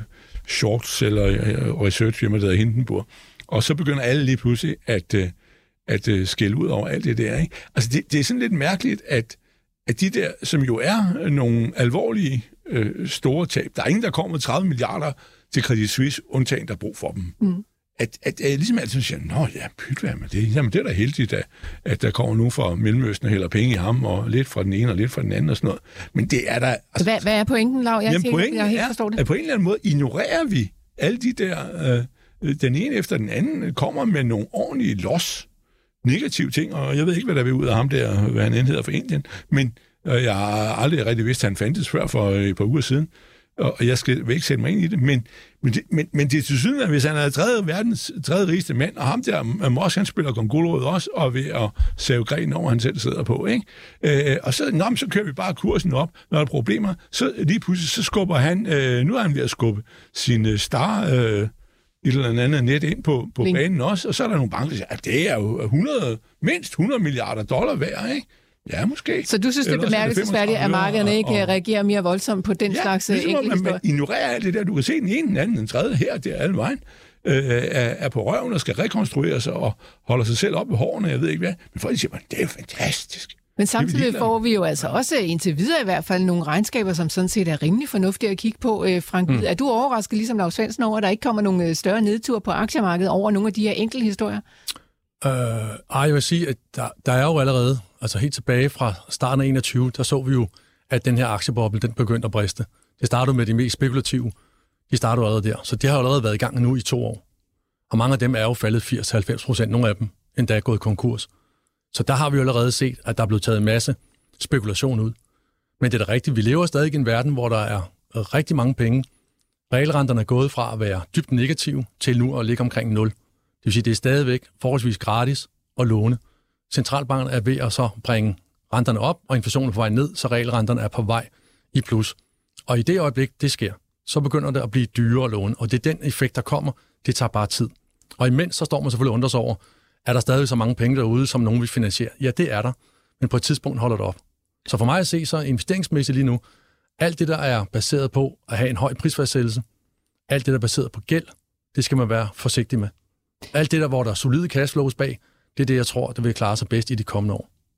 S5: shorts- eller uh, researchfirma, der hedder Hindenburg. Og så begynder alle lige pludselig at, uh, at uh, skælde ud over alt det der. Ikke? Altså, det, det er sådan lidt mærkeligt, at at de der, som jo er nogle alvorlige øh, store tab, der er ingen, der kommer med tredive milliarder til Credit Suisse, undtagen der er brug for dem. Mm. At, at, at jeg ligesom altid siger, nå ja, pyt hvad med det. Jamen det er da heldigt, at, at der kommer nogen fra Mellemøsten og hælder penge i ham, og lidt fra den ene og lidt fra den anden og sådan noget. Men det er der... Altså,
S3: hvad, hvad er pointen, Lav? Jeg,
S5: jamen, pointen
S3: jeg helt
S5: er,
S3: forstår det.
S5: At på en eller anden måde ignorerer vi alle de der... Øh, den ene efter den anden kommer med nogle ordentlige los, negative ting, og jeg ved ikke, hvad der vil ud af ham der, hvad han end hedder for Indien, men jeg har aldrig rigtig vidst, at han fandtes før for et par uger siden, og jeg skal ikke sætte mig ind i det, men, men, det, men, men det er til syden, at hvis han er tredje verdens tredje rigeste mand, og ham der, Mosk, han spiller Gongolrød også, og ved at save grenen over, han selv sidder på, ikke? Øh, og så, nå, så kører vi bare kursen op, når der er problemer, så lige pludselig, så skubber han, øh, nu er han ved at skubbe sin star, øh, et eller andet net ind på, på banen også, og så er der nogle banker, der siger, at det er jo hundrede, mindst hundrede milliarder dollar værd, ikke? Ja, måske.
S3: Så du synes, det er bemærkelsesværdigt, at markederne ikke og, reagerer mere voldsomt på den
S5: ja,
S3: slags
S5: enkelte historier?
S3: Ja,
S5: man ignorerer alt det der. Du kan se den ene, den anden, den tredje her, det er alle vejen, øh, er, er på røven og skal rekonstruere sig og holder sig selv op ved hårene, jeg ved ikke hvad. Men folk siger, det er jo fantastisk.
S3: Men samtidig får vi jo altså også indtil videre i hvert fald nogle regnskaber, som sådan set er rimelig fornuftige at kigge på. Frank, mm. er du overrasket, ligesom Lars Svendsen, over, at der ikke kommer nogle større nedtur på aktiemarkedet over nogle af de her enkelte historier?
S4: Øh, ej, jeg vil sige, at der, der er jo allerede, altså helt tilbage fra starten af enogtyve, der så vi jo, at den her aktieboble, den begyndte at briste. Det startede med de mest spekulative. De startede allerede der. Så det har jo allerede været i gang nu i to år. Og mange af dem er jo faldet firs til halvfems procent, nogle af dem endda er gået konkurs. Så der har vi jo allerede set, at der er blevet taget en masse spekulation ud. Men det er da rigtigt, vi lever stadig i en verden, hvor der er rigtig mange penge. Realrenterne er gået fra at være dybt negative til nu at ligge omkring nul. Det vil sige, det er stadigvæk forholdsvis gratis at låne. Centralbanken er ved at så bringe renterne op, og inflationen er på vej ned, så realrenterne er på vej i plus. Og i det øjeblik, det sker, så begynder det at blive dyrere at låne, og det er den effekt, der kommer. Det tager bare tid. Og imens så står man selvfølgelig og undrer sig over, er der stadig så mange penge derude, som nogen vil finansiere? Ja, det er der, men på et tidspunkt holder det op. Så for mig at se, så investeringsmæssigt lige nu, alt det, der er baseret på at have en høj prisfastsættelse, alt det, der er baseret på gæld, det skal man være forsigtig med. Alt det der, hvor der er solide cashflows bag, det er det, jeg tror, der vil klare sig bedst i de kommende år.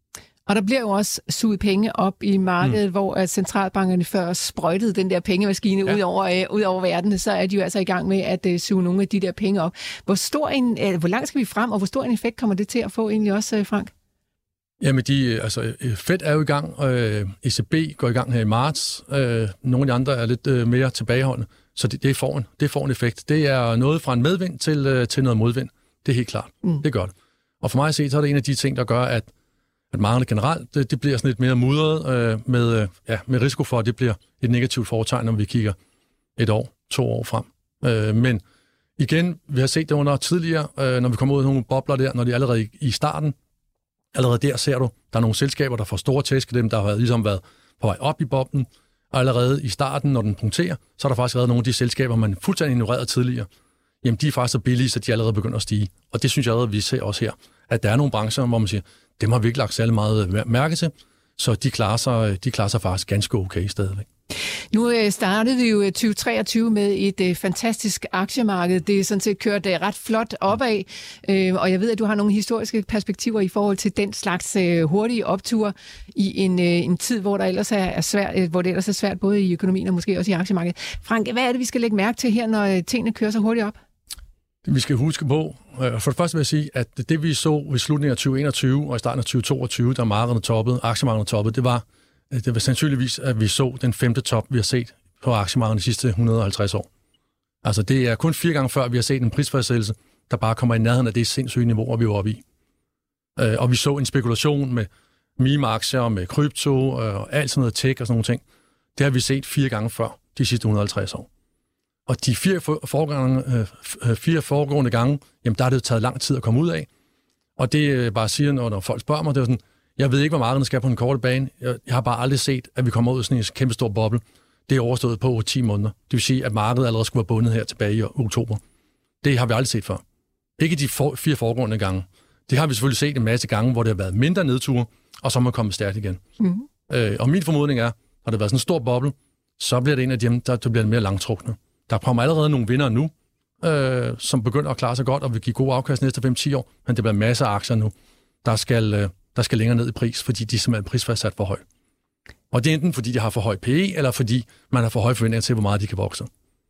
S3: Og der bliver jo også suget penge op i markedet, mm. hvor at centralbankerne før sprøjtede den der pengemaskine ja. ud, over, øh, ud over verden, så er de jo altså i gang med at øh, suge nogle af de der penge op. Hvor, stor en, øh, hvor langt skal vi frem, og hvor stor en effekt kommer det til at få egentlig også, øh, Frank?
S4: Jamen, de, altså, Fed er jo i gang, øh, E C B går i gang her i marts, øh, nogle af de andre er lidt øh, mere tilbageholdende, så det, det, får en, det får en effekt. Det er noget fra en medvind til, øh, til noget modvind. Det er helt klart. Mm. Det gør det. Og for mig at se, så er det en af de ting, der gør, at, at markederne generelt, det, det bliver sådan lidt mere mudret øh, med, øh, ja, med risiko for, at det bliver et negativt foretegn, når vi kigger et år, to år frem. Øh, men igen, vi har set det under tidligere, øh, når vi kommer ud af nogle bobler der, når de er allerede i, i starten, allerede der ser du, der er nogle selskaber, der får store tæsk, dem der har ligesom været på vej op i boblen, og allerede i starten, når den punkterer, så er der faktisk allerede nogle af de selskaber, man fuldstændig ignorerede tidligere. Jamen, de er faktisk så billige, så de allerede begynder at stige. Og det synes jeg allerede, vi ser også her, at der er nogle brancher, hvor man siger, dem har vi ikke lagt særlig meget mærke til, så de klarer sig, de klarer sig faktisk ganske okay stadigvæk.
S3: Nu startede vi jo tyve treogtyve med et fantastisk aktiemarked. Det er sådan set kørt ret flot opad, og jeg ved, at du har nogle historiske perspektiver i forhold til den slags hurtige opture i en, en tid, hvor der ellers er svært, hvor det ellers er svært både i økonomien og måske også i aktiemarkedet. Frank, hvad er det, vi skal lægge mærke til her, når tingene kører så hurtigt op?
S4: Vi skal huske på, for det første vil jeg sige, at det vi så ved slutningen af tyve enogtyve og i starten af tyve toogtyve, da markederne toppede, aktiemarkederne toppede, det var Det var sandsynligvis, at vi så den femte top, vi har set på aktiemarkedet de sidste et hundrede og halvtreds år. Altså, det er kun fire gange før, vi har set en prisfastsættelse, der bare kommer i nærheden af det sindssyge niveau, vi var oppe i. Og vi så en spekulation med meme-aktier, med krypto og alt sådan noget tech og sådan nogle ting. Det har vi set fire gange før de sidste et hundrede og halvtreds år. Og de fire foregående, fire foregående gange, jamen der har det taget lang tid at komme ud af. Og det jeg bare siger, når folk spørger mig, det er sådan, jeg ved ikke, hvor markederne skal på en korte bane. Jeg har bare aldrig set, at vi kommer ud af sådan en kæmpe stor boble. Det er overstået på ti måneder. Det vil sige, at markedet allerede skulle være bundet her tilbage i oktober. Det har vi aldrig set før. Ikke de for, fire foregående gange. Det har vi selvfølgelig set en masse gange, hvor det har været mindre nedture, og så må komme stærkt igen. Mm-hmm. Øh, og min formodning er, når det har været sådan en stor boble, så bliver det en af dem, der, der bliver mere langtrukne. Der kommer allerede nogle vinder nu, øh, som begynder at klare sig godt, og vil give gode afkast næste fem til ti år, men det bliver masser af aktier nu, der skal... Øh, der skal længere ned i pris, fordi de simpelthen er prisfastsat for højt. Og det er enten fordi, de har for høj P E, eller fordi man har for høje forventninger til, hvor meget de kan vokse.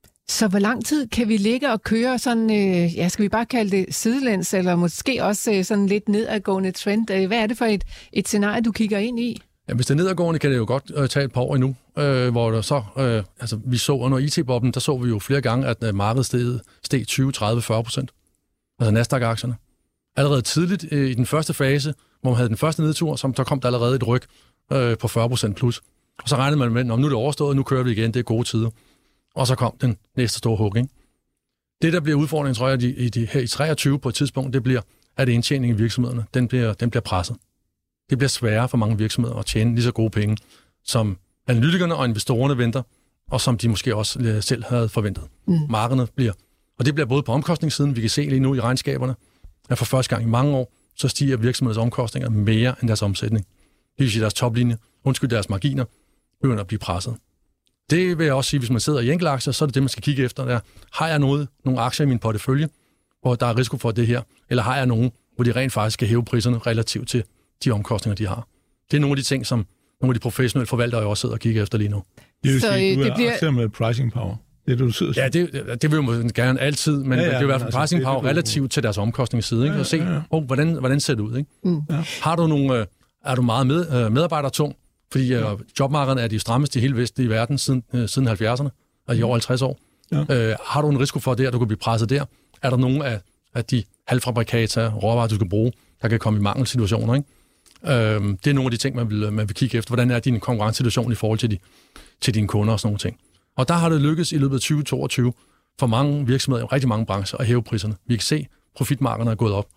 S3: Så hvor lang tid kan vi ligge og køre sådan, øh, ja, skal vi bare kalde det sidelæns, eller måske også øh, sådan lidt nedadgående trend? Hvad er det for et, et scenarie, du kigger ind i? Ja,
S4: hvis det er nedadgående, kan det jo godt øh, tage et par år endnu, øh, hvor der så, øh, altså vi så under I T-boblen, der så vi jo flere gange, at øh, markedet steg, steg tyve, tredive, fyrre procent. Altså Nasdaq-aktierne. Allerede tidligt øh, i den første fase, hvor man havde den første nedtur, så der kom der allerede et ryg øh, på fyrre procent plus. Og så regnede man med, at nu er det overstået, nu kører vi igen, det er gode tider. Og så kom den næste store hug, ikke? Det, der bliver udfordringen, tror jeg, i de, her i treogtyve på et tidspunkt, det bliver, at indtjeningen i virksomhederne, den bliver, den bliver presset. Det bliver sværere for mange virksomheder at tjene lige så gode penge, som analytikerne og investorerne venter, og som de måske også selv havde forventet. Mm. Markederne bliver, og det bliver både på omkostningssiden, vi kan se lige nu i regnskaberne, at for første gang i mange år, så stiger virksomheders omkostninger mere end deres omsætning. Det vil sige, deres toplinje, undskyld deres marginer, begynder at blive presset. Det vil jeg også sige, hvis man sidder i enkeltaktier, så er det det, man skal kigge efter. Der. Har jeg noget, nogle aktier i min portefølje, hvor der er risiko for det her? Eller har jeg nogen, hvor de rent faktisk skal hæve priserne relativt til de omkostninger, de har? Det er nogle af de ting, som nogle af de professionelle forvaltere også sidder og kigger efter lige nu.
S5: Det vil sige, du er bliver... aktier med pricing power. Det, du sidder
S4: ja, det, det vil man gerne altid, men ja, ja, det er i hvert fald pricing power altså, relativt du... til deres omkostningsside. Ikke? Ja, ja, ja. Og se, oh, hvordan, hvordan ser det ud? Ikke? Mm. Ja. Har du nogle, er du meget med, medarbejdertung? Fordi ja. jobmarkederne er de strammeste i hele vestlige verden siden, siden halvfjerdserne, og i over halvtreds år. Ja. Øh, har du en risiko for det, at du kan blive presset der? Er der nogle af, af de halvfabrikater, råvarer, du skal bruge, der kan komme i mangelsituationer? Ikke? Øh, det er nogle af de ting, man vil, man vil kigge efter. Hvordan er din konkurrencesituation i forhold til, de, til dine kunder og sådan nogle ting? Og der har det lykkes i løbet af tyve toogtyve for mange virksomheder, i rigtig mange brancher, at hæve priserne. Vi kan se, at profitmarkederne er gået op.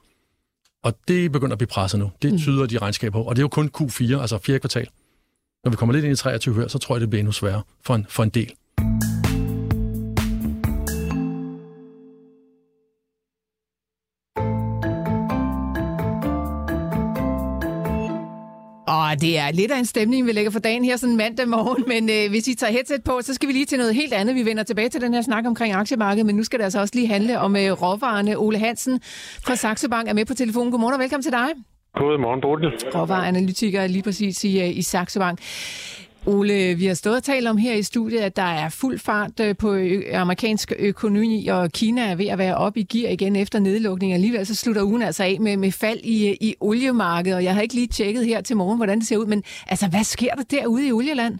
S4: Og det begynder at blive presset nu. Det tyder de regnskaber på. Og det er jo kun Q fire, altså fjerde kvartal. Når vi kommer lidt ind i treogtyve her, så tror jeg, det bliver endnu sværere for en, for en del.
S3: Og det er lidt af en stemning, vi lægger for dagen her sådan mandag morgen, men øh, hvis I tager headset på, så skal vi lige til noget helt andet. Vi vender tilbage til den her snak omkring aktiemarkedet, men nu skal det altså også lige handle om øh, råvarerne. Ole Hansen fra Saxo Bank er med på telefonen. Godmorgen og velkommen til dig.
S6: God morgen, Bodil.
S3: Råvareanalytiker lige præcis i, i Saxo Bank. Ole, vi har stået og talt om her i studiet, at der er fuld fart på ø- amerikansk økonomi, og Kina er ved at være oppe i gear igen efter nedlukning. Alligevel så slutter ugen altså af med, med fald i, i oliemarkedet, og jeg har ikke lige tjekket her til morgen, hvordan det ser ud, men altså, hvad sker der derude i olieland?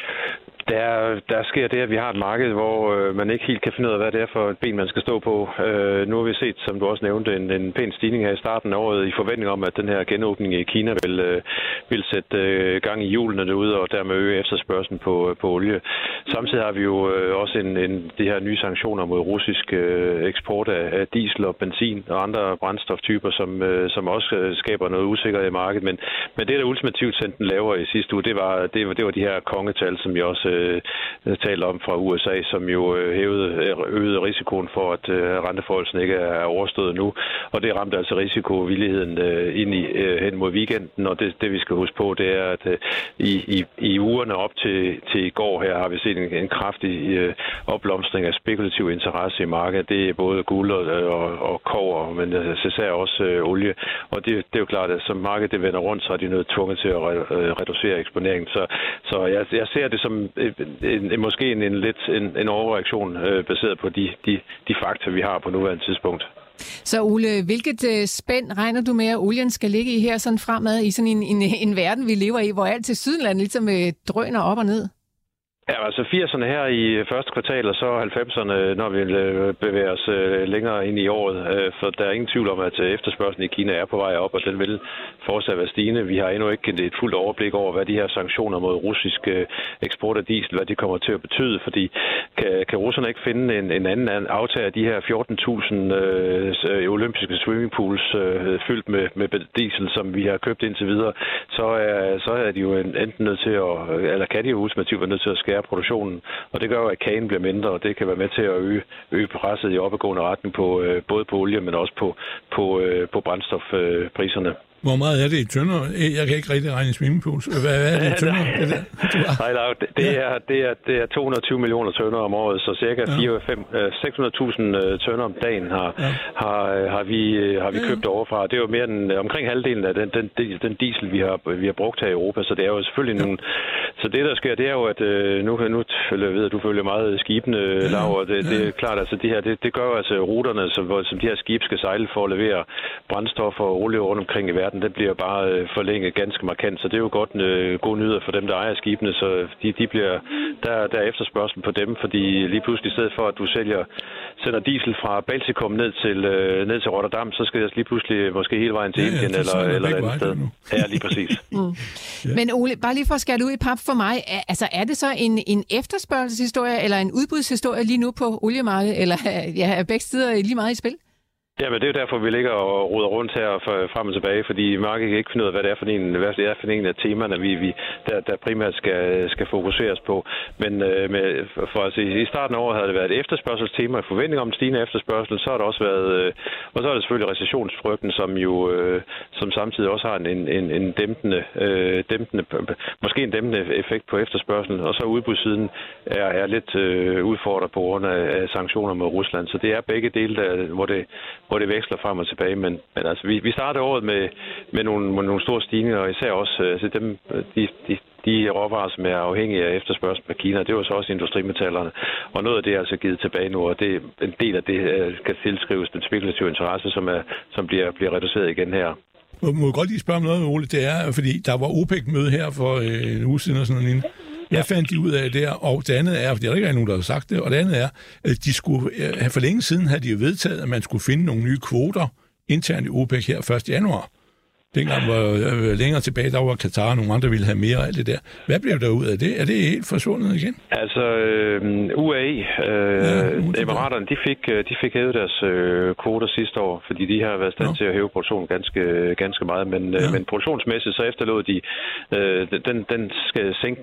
S6: Der, der sker det, at vi har et marked, hvor øh, man ikke helt kan finde ud af, hvad det er for et ben, man skal stå på. Øh, nu har vi set, som du også nævnte, en, en pæn stigning her i starten af året i forventning om, at den her genåbning i Kina vil, øh, vil sætte øh, gang i hjulene derude og dermed øge efterspørgslen på, på olie. Samtidig har vi jo øh, også en, en, de her nye sanktioner mod russisk øh, eksport af, af diesel og benzin og andre brændstoftyper, som, øh, som også øh, skaber noget usikkerhed i markedet. Men, men det, der ultimativt sendte den lavere i sidste uge, det var, det var, det var de her kongetal, som jeg også øh, talte om fra U S A, som jo øh, hævede, øgede risikoen for, at øh, renteforholdelsen ikke er overstået nu. Og det ramte altså risikovilligheden øh, ind i, øh, hen mod weekenden. Og det, det, vi skal huske på, det er, at øh, i, i, i ugerne op til, til i går her, har vi set en, en kraftig øh, opblomstring af spekulativ interesse i markedet. Det er både guld og, og, og kobber, men øh, især også øh, olie. Og det, det er jo klart, at som markedet det vender rundt, så er de nødt tvunget til at re, øh, reducere eksponeringen. Så, så jeg, jeg ser det som øh, En, en, måske en, en lidt en, en overreaktion øh, baseret på de, de, de fakta, vi har på nuværende tidspunkt.
S3: Så Ole, hvilket øh, spænd regner du med, at olien skal ligge i her sådan fremad i sådan en, en, en verden, vi lever i, hvor alt til Sydenland ligesom øh, drøner op og ned?
S6: Ja, altså firserne her i første kvartal, og så halvfemserne, når vi bevæger os længere ind i året. For der er ingen tvivl om, at efterspørgslen i Kina er på vej op, og den vil fortsat være stigende. Vi har endnu ikke et fuldt overblik over, hvad de her sanktioner mod russisk eksport af diesel, hvad de kommer til at betyde. Fordi kan, kan russerne ikke finde en, en anden aftager af de her fjorten tusind øh, olympiske swimmingpools øh, fyldt med, med diesel, som vi har købt indtil videre, så er, så er de jo enten nødt til at, eller kan de jo ultimativt være nødt til at skære produktionen, og det gør jo, at kagen bliver mindre, og det kan være med til at øge, øge presset i opadgående retning på øh, både på olie, men også på, på, øh, på brændstofpriserne. Øh,
S5: Hvor meget er det i tønder? Jeg kan ikke rigtig regne i swimmingpools. Hvad er det i tønder?
S6: Nej, nej, det, det, er, det, er, det er to hundrede og tyve millioner tønder om året, så cirka seks hundrede tusind tønder om dagen har, ja. har, har, vi, har vi købt overfra. Det er jo mere end omkring halvdelen af den, den, den diesel, vi har, vi har brugt her i Europa, så det er jo selvfølgelig ja. nogle... Så det, der sker, det er jo, at nu, nu jeg ved at du følger meget skibene, Laura. Det, det er klart, altså det her, det, det gør jo altså ruterne, som, som de her skib skal sejle for at levere brændstof og olie rundt omkring i verden. Den bliver bare forlænget ganske markant, så det er jo godt en uh, god nyhed for dem, der ejer skibene, så de, de bliver, der, der er efterspørgsel på dem, fordi lige pludselig i stedet for, at du sælger, sender diesel fra Baltikum ned til, uh, ned til Rotterdam, så skal det lige pludselig måske hele vejen til ja, Indien ja, eller, eller et andet sted. Ja, lige præcis. mm.
S3: ja. Men Ole, bare lige for at skære det ud i pap for mig, er, altså er det så en, en efterspørgselshistorie eller en udbudshistorie lige nu på oliemarkedet, eller ja, er begge sider lige meget i spil?
S6: Ja, men det er jo derfor, vi ligger og roder rundt her frem og tilbage, fordi markedet kan ikke finde ud af, hvad det er for en, hvad det er for en af temaerne, vi, vi, der, der primært skal, skal fokuseres på. Men øh, med, for altså, i starten af året havde det været et efterspørgselstema, i forventning om stigende efterspørgsel, så har det også været, øh, og så er det selvfølgelig recessionsfrygten, som jo øh, som samtidig også har en, en, en dæmpende, øh, dæmpende, måske en dæmpende effekt på efterspørgselen, og så udbudssiden er, er lidt øh, udfordret på grund af, af sanktioner mod Rusland. Så det er begge dele, der, hvor det hvor det veksler frem og tilbage, men, men altså, vi, vi startede året med, med, nogle, med nogle store stigninger, og især også altså dem, de, de, de råvarer, som er afhængige af efterspørgsel på Kina, det var så også industrimetallerne, og noget af det er altså givet tilbage nu, og det, en del af det kan tilskrives den spekulative interesse, som, er, som bliver, bliver reduceret igen her.
S5: Må, må jeg godt lige spørge om noget, Ole? Det er, fordi der var OPEC-møde her for øh, en uge siden og sådan noget. Hvad fandt de ud af det, og det andet er, fordi der ikke er nogen, der har sagt det, og det andet er, at de skulle, for længe siden havde de jo vedtaget, at man skulle finde nogle nye kvoter internt i OPEC her første januar. Dengang var øh, længere tilbage, der var Katar, og nogle andre ville have mere og alt det der. Hvad blev der ud af det? Er det helt forsvundet igen?
S6: Altså, øh, U A E, øh, ja, Emiraterne, de fik, de fik hævet deres øh, kvoter sidste år, fordi de har været i stand ja. til at hæve produktionen ganske, ganske meget. Men, ja. øh, men produktionsmæssigt, så efterlod de øh, den, den sænkning, de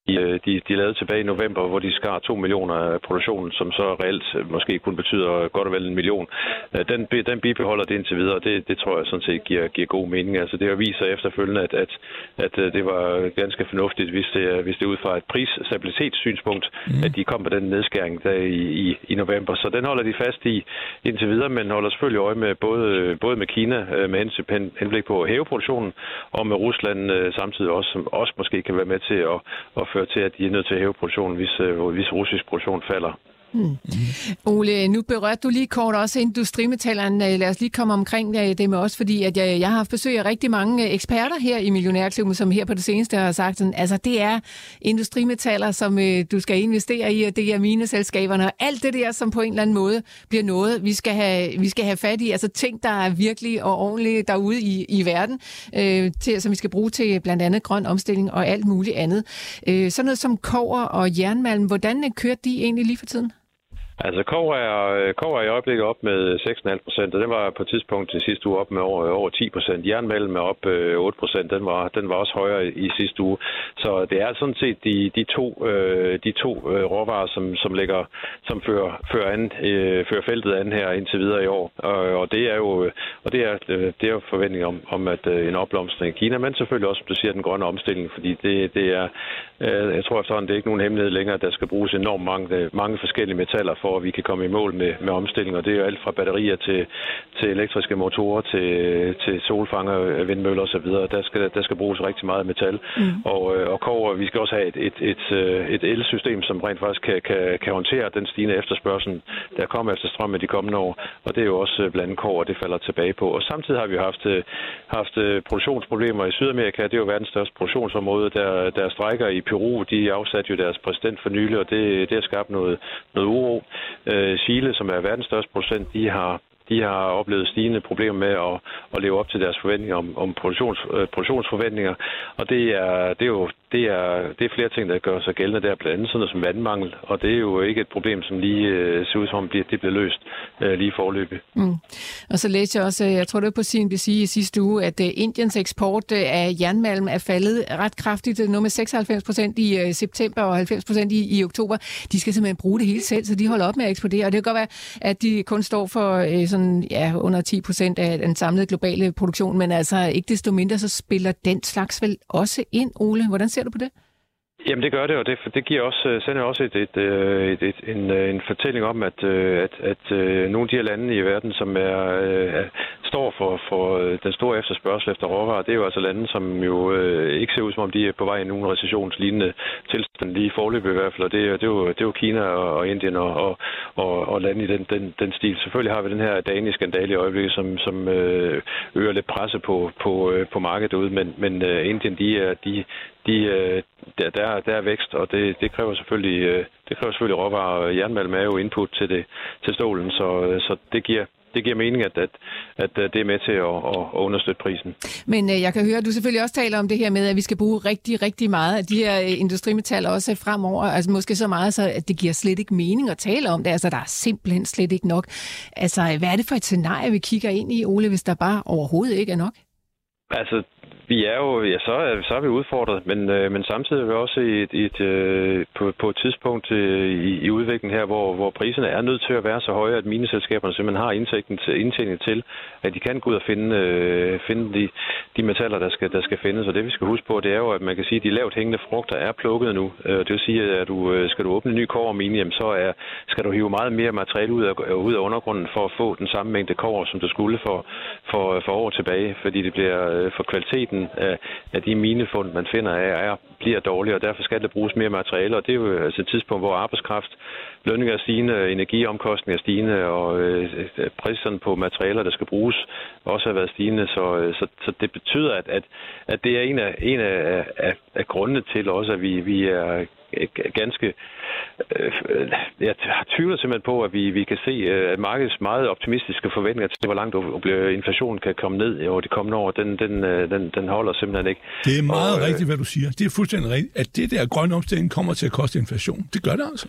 S6: de, de lavede tilbage i november, hvor de skar to millioner af produktionen, som så reelt måske kun betyder godt og vel en million. Den, den bibeholder det indtil videre, og det, det tror jeg sådan set giver, giver god mening. Altså det viser efterfølgende, at, at, at det var ganske fornuftigt, hvis det, hvis det ud fra et prisstabilitetssynspunkt, mm. at de kom på den nedskæring der i, i, i november. Så den holder de fast i indtil videre, men holder selvfølgelig øje med både, både med Kina med henblik på at hæve produktionen, og med Rusland samtidig også, som også måske kan være med til at, at føre til, at de er nødt til at hæve produktionen, hvis, hvis russisk produktion falder.
S3: Hmm. Ole, nu berørte du lige kort også industrimetallerne. Lad os lige komme omkring det med os, fordi at jeg, jeg har haft besøg af rigtig mange eksperter her i Millionærklubben, som her på det seneste har sagt, sådan, altså det er industrimetaller, som øh, du skal investere i, og det er mineselskaberne, og alt det der, som på en eller anden måde bliver noget, vi skal have, vi skal have fat i, altså ting, der er virkelig og ordentligt derude i, i verden, øh, til, som vi skal bruge til blandt andet grøn omstilling og alt muligt andet. Øh, sådan noget som kobber og jernmalm, hvordan kørte de egentlig lige for tiden?
S6: Altså, kobber er, kobber er i øjeblikket op med seks komma fem procent, og den var på et tidspunkt til sidste uge op med over, over ti procent. Jernmalm er op øh, otte procent, den var, den var også højere i, i sidste uge. Så det er sådan set de, de to, øh, de to øh, råvarer, som, som, ligger, som fører, fører, an, øh, fører feltet an her indtil videre i år. Og, og det er jo, og det er, det er jo forventning om, om at øh, en opblomstring i Kina, men selvfølgelig også, som du siger, den grønne omstilling, fordi det, det er, øh, jeg tror efterhånden, det er ikke nogen hemmelighed længere, at der skal bruges enormt mange, mange forskellige metaller for, at vi kan komme i mål med, med omstilling, og det er jo alt fra batterier til, til elektriske motorer, til, til solfanger, vindmøller osv. Der skal, der skal bruges rigtig meget metal. Mm. Og, og kobber, vi skal også have et, et, et, et elsystem, som rent faktisk kan, kan, kan håndtere den stigende efterspørgsel, der kommer efter strøm i de kommende år. Og det er jo også blandt andet kobber, det falder tilbage på. Og samtidig har vi haft, haft produktionsproblemer i Sydamerika. Det er jo verdens største produktionsområde. Der, der strækker i Peru. De afsatte jo deres præsident for nylig, og det, det har skabt noget, noget uro. Chile, som er verdens største producent, de har de har oplevet stigende problemer med at, at leve op til deres forventninger om, om produktions, øh, produktionsforventninger. Og det er, det, er jo, det, er, det er flere ting, der gør sig gældende der, blandt andet sådan noget som vandmangel. Og det er jo ikke et problem, som lige øh, ser ud som, det bliver løst øh, lige forløbig. Mm.
S3: Og så læste jeg også, jeg tror det var på C N B C i sidste uge, at øh, Indiens eksport øh, af jernmalm er faldet ret kraftigt. Nu med seksoghalvfems procent i øh, september og halvfems procent i, i oktober. De skal simpelthen bruge det hele selv, så de holder op med at eksportere. Og det kan godt være, at de kun står for øh, sådan ja, under ti procent af den samlede globale produktion, men altså ikke desto mindre, så spiller den slags vel også ind, Ole. Hvordan ser du på det?
S6: Jamen det gør det, og det, det giver også, sender også et, et, et, et, en, en fortælling om, at, at, at nogle af de her lande i verden, som er, er, står for, for den store efterspørgsel efter råvarer, det er jo altså lande, som jo ikke ser ud som om, de er på vej i nogle recessionslignende tilstand lige forløbet i hvert fald, og det, det, er, jo, det er jo Kina og, og Indien og, og, og, og lande i den, den, den stil. Selvfølgelig har vi den her daniske skandale i øjeblikket, som, som øger lidt presse på, på, på markedet derude, men, men Indien, de er... De, De, der, der, der er vækst, og det, det kræver selvfølgelig det kræver selvfølgelig råvarer. Jernmalm er jo input til det til stålen, så, så det giver det giver mening, at, at, at det er med til at, at understøtte prisen.
S3: Men jeg kan høre, at du selvfølgelig også taler om det her med, at vi skal bruge rigtig, rigtig meget af de her industrimetaller også fremover. Altså måske så meget, så at det giver slet ikke mening at tale om det. Altså der er simpelthen slet ikke nok. Altså hvad er det for et scenarie, vi kigger ind i, Ole, hvis der bare overhovedet ikke er nok?
S6: Altså, vi er jo, ja, så er, så er vi udfordret, men, øh, men samtidig er vi også i et, et, øh, på, på et tidspunkt øh, i, i udviklingen her, hvor, hvor priserne er nødt til at være så høje, at mineselskaberne simpelthen har indtægten til, indtægning til, at de kan gå ud og finde, øh, finde de, de metaller, der skal, der skal findes. Og det vi skal huske på, det er jo, at man kan sige, at de lavt hængende frugter er plukket nu. Øh, det vil sige, at du, skal du åbne en ny kobbermine, jamen så er, skal du hive meget mere materiale ud af, ud af undergrunden for at få den samme mængde kobber, som du skulle for, for, for år tilbage, fordi det bliver for kvaliteten Af, af de minefund, man finder af, er, bliver dårligere, og derfor skal der bruges mere materiale, og det er jo altså et tidspunkt, hvor arbejdskraft, lønninger er stigende, energiomkostninger er stigende, og øh, priserne på materialer, der skal bruges, også har været stigende, så, så, så det betyder, at, at, at det er en af, en af, af, af grundene til også, at vi, vi er ganske... Øh, jeg tvivler simpelthen på, at vi, vi kan se, at markedets meget optimistiske forventninger til, hvor langt inflationen kan komme ned over de kommende år, den, den, den, den holder simpelthen ikke.
S5: Det er meget og, rigtigt, hvad du siger. Det er fuldstændig rigtigt, at det der grønne omstilling kommer til at koste inflation. Det gør det altså. Mm.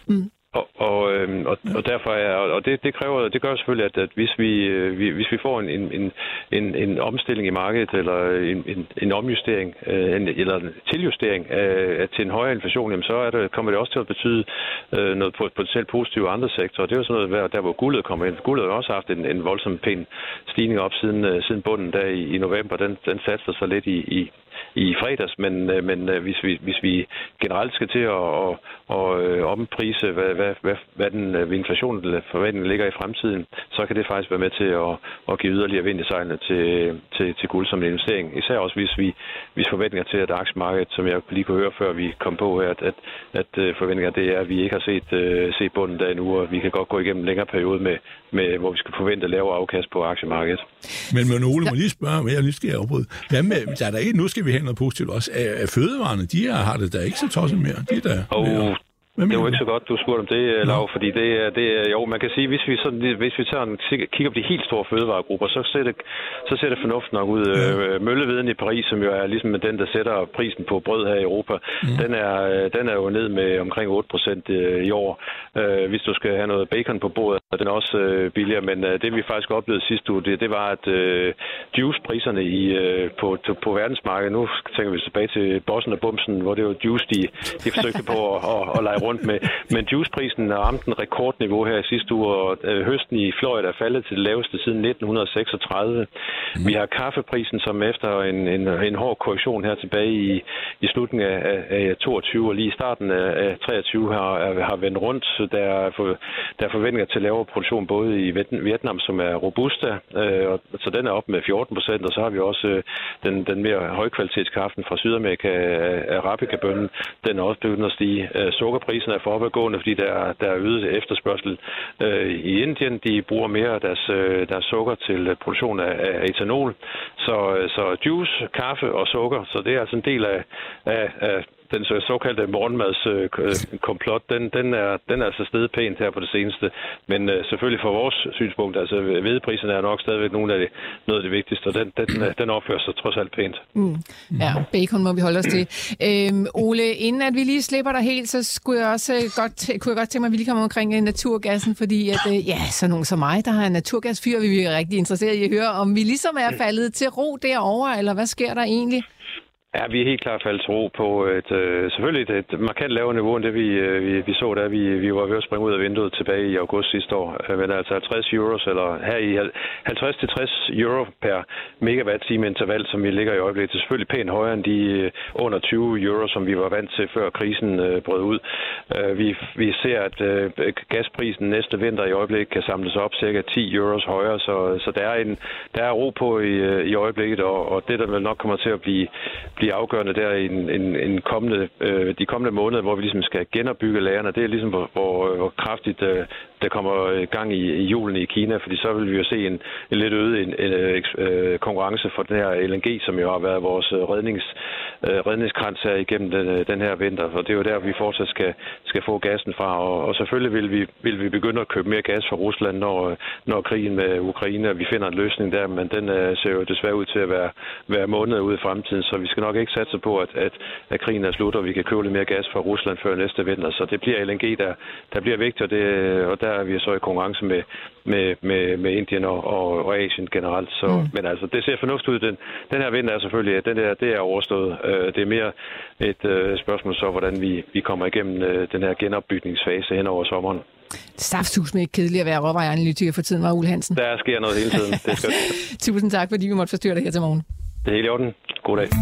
S6: Og, og, øhm, og, og derfor er, og det, det kræver, det gør selvfølgelig, at, at hvis vi, øh, hvis vi får en, en, en, en omstilling i markedet, eller en, en, en omjustering, øh, en, eller en tiljustering øh, til en højere inflation, jamen så er det, kommer det også til at betyde øh, noget potentielt positivt i andre sektorer. Det er jo sådan noget, der hvor guldet kommer ind. Guldet har også haft en, en voldsom pæn stigning op siden, øh, siden bunden der i, i november. Den, den satte sig lidt i, i i fredags, men, men hvis, vi, hvis vi generelt skal til at, at, at omprise, hvad, hvad, hvad, hvad den ved inflation eller forventning ligger i fremtiden, så kan det faktisk være med til at, at give yderligere vind i sejlene til, til, til guld som en investering. Især også hvis vi hvis forventninger til, at aktiemarkedet, som jeg lige kunne høre før vi kom på her, at, at, at forventninger det er, at vi ikke har set, uh, set bunden der endnu, og vi kan godt gå igennem en længere periode, med, med, hvor vi skal forvente lavere afkast på aktiemarkedet.
S5: Men, men Ole, må lige spørge, hvad jeg lige skal afbryde. Hvad med, der er der ikke, nu skal vi have noget positivt også. Er fødevarene, de er, har det der ikke så tosset mere. De er der
S6: oh.
S5: mere.
S6: Det er jo ikke så godt, du spurgte om det, Lav, fordi det er, det er, jo, man kan sige, hvis vi, sådan, hvis vi tager en, kigger på de helt store fødevaregrupper, så ser det, så ser det fornuftigt nok ud. Ja. Mølleveden i Paris, som jo er ligesom den, der sætter prisen på brød her i Europa, ja. den, er, den er jo ned med omkring otte procent i år. Hvis du skal have noget bacon på bordet, er den også billigere, men det vi faktisk oplevede sidste uge, det, det var, at uh, juicepriserne i, uh, på, på verdensmarkedet, nu tænker vi tilbage til Bossen og Bumsen, hvor det var juice, de, de forsøgte på at, at, at lege rundt med. Men juiceprisen ramte en rekordniveau her i sidste uge, og øh, høsten i Florida er faldet til det laveste siden nitten seksogtredive. Mm. Vi har kaffeprisen, som efter en, en, en hård korrektion her tilbage i, i slutningen af, af toogtyve, og lige i starten af treogtyve har, har vendt rundt. Der er, for, der er forventninger til lavere produktion både i Vietnam, som er robusta, øh, og, så den er op med fjorten procent, og så har vi også øh, den, den mere højkvalitetskaffen fra Sydamerika, Arabica-bønnen, den er også begyndt at stige. Øh, sukkerprisen er for opadgående, fordi der, der er øget efterspørgsel øh, i Indien. De bruger mere af deres, øh, deres sukker til produktion af, af etanol. Så, så juice, kaffe og sukker, så det er altså en del af, af, af den såkaldte morgenmadskomplot, den, den, er, den er altså steget pænt her på det seneste. Men uh, selvfølgelig fra vores synspunkt, altså hvedepriserne er nok stadigvæk nogle af det, noget af det vigtigste, og den, den, den opfører sig trods alt pænt. Mm.
S3: Ja, bacon må vi holde os til. Øhm, Ole, inden at vi lige slipper dig helt, så skulle jeg også godt, kunne jeg godt tænke mig, at vi lige kommer omkring naturgassen, fordi at, øh, ja, så nogen som mig, der har en naturgasfyr, vi er rigtig interesseret i at høre, om vi ligesom er faldet til ro derovre, eller hvad sker der egentlig?
S6: Ja, vi er helt klart faldet til ro på et, øh, selvfølgelig et, et markant lavere niveau, end det vi, øh, vi, vi så, da vi, vi var ved at springe ud af vinduet tilbage i august sidste år. Men altså halvtreds euros, eller her i halvtreds til tres euro per megawatt-time interval, som vi ligger i øjeblikket. Det er selvfølgelig pænt højere end de under tyve euro, som vi var vant til, før krisen øh, brød ud. Øh, vi, vi ser, at øh, gasprisen næste vinter i øjeblikket kan samles op cirka ti euros højere, så, så der, er en, der er ro på i, i øjeblikket, og, og det, der vel nok kommer til at blive blive afgørende der i en, en, en kommende, øh, de kommende måneder, hvor vi ligesom skal genopbygge lagerne. Det er ligesom, hvor, hvor, hvor kraftigt øh, der kommer gang i, i julen i Kina, fordi så vil vi jo se en, en lidt øget en, en, øh, konkurrence for den her L N G, som jo har været vores rednings, øh, redningskrans her igennem den, den her vinter. Og det er jo der, vi fortsat skal, skal få gassen fra. Og, og selvfølgelig vil vi, vil vi begynde at købe mere gas fra Rusland, når, når krigen med Ukraine, vi finder en løsning der, men den øh, ser jo desværre ud til at være, være måneder ude i fremtiden, så vi skal nok ikke satse på, at, at, at krigen er slut, og vi kan købe lidt mere gas fra Rusland før næste vinter. Så det bliver L N G, der, der bliver vigtigt, og, det, og der er vi så i konkurrence med, med, med, med Indien og, og, og Asien generelt. Så, mm. Men altså, det ser fornuftigt ud. Den, den her vinter er selvfølgelig, den der, det er overstået. Det er mere et uh, spørgsmål så, hvordan vi, vi kommer igennem uh, den her genopbygningsfase hen over sommeren.
S3: Stafsus med kedeligt at være råvareanalytiker for tiden, var Ole Hansen.
S6: Der sker noget hele tiden. Det skal...
S3: Tusind tak, fordi vi måtte forstyrre dig her til morgen.
S6: Det er helt i orden. God dag.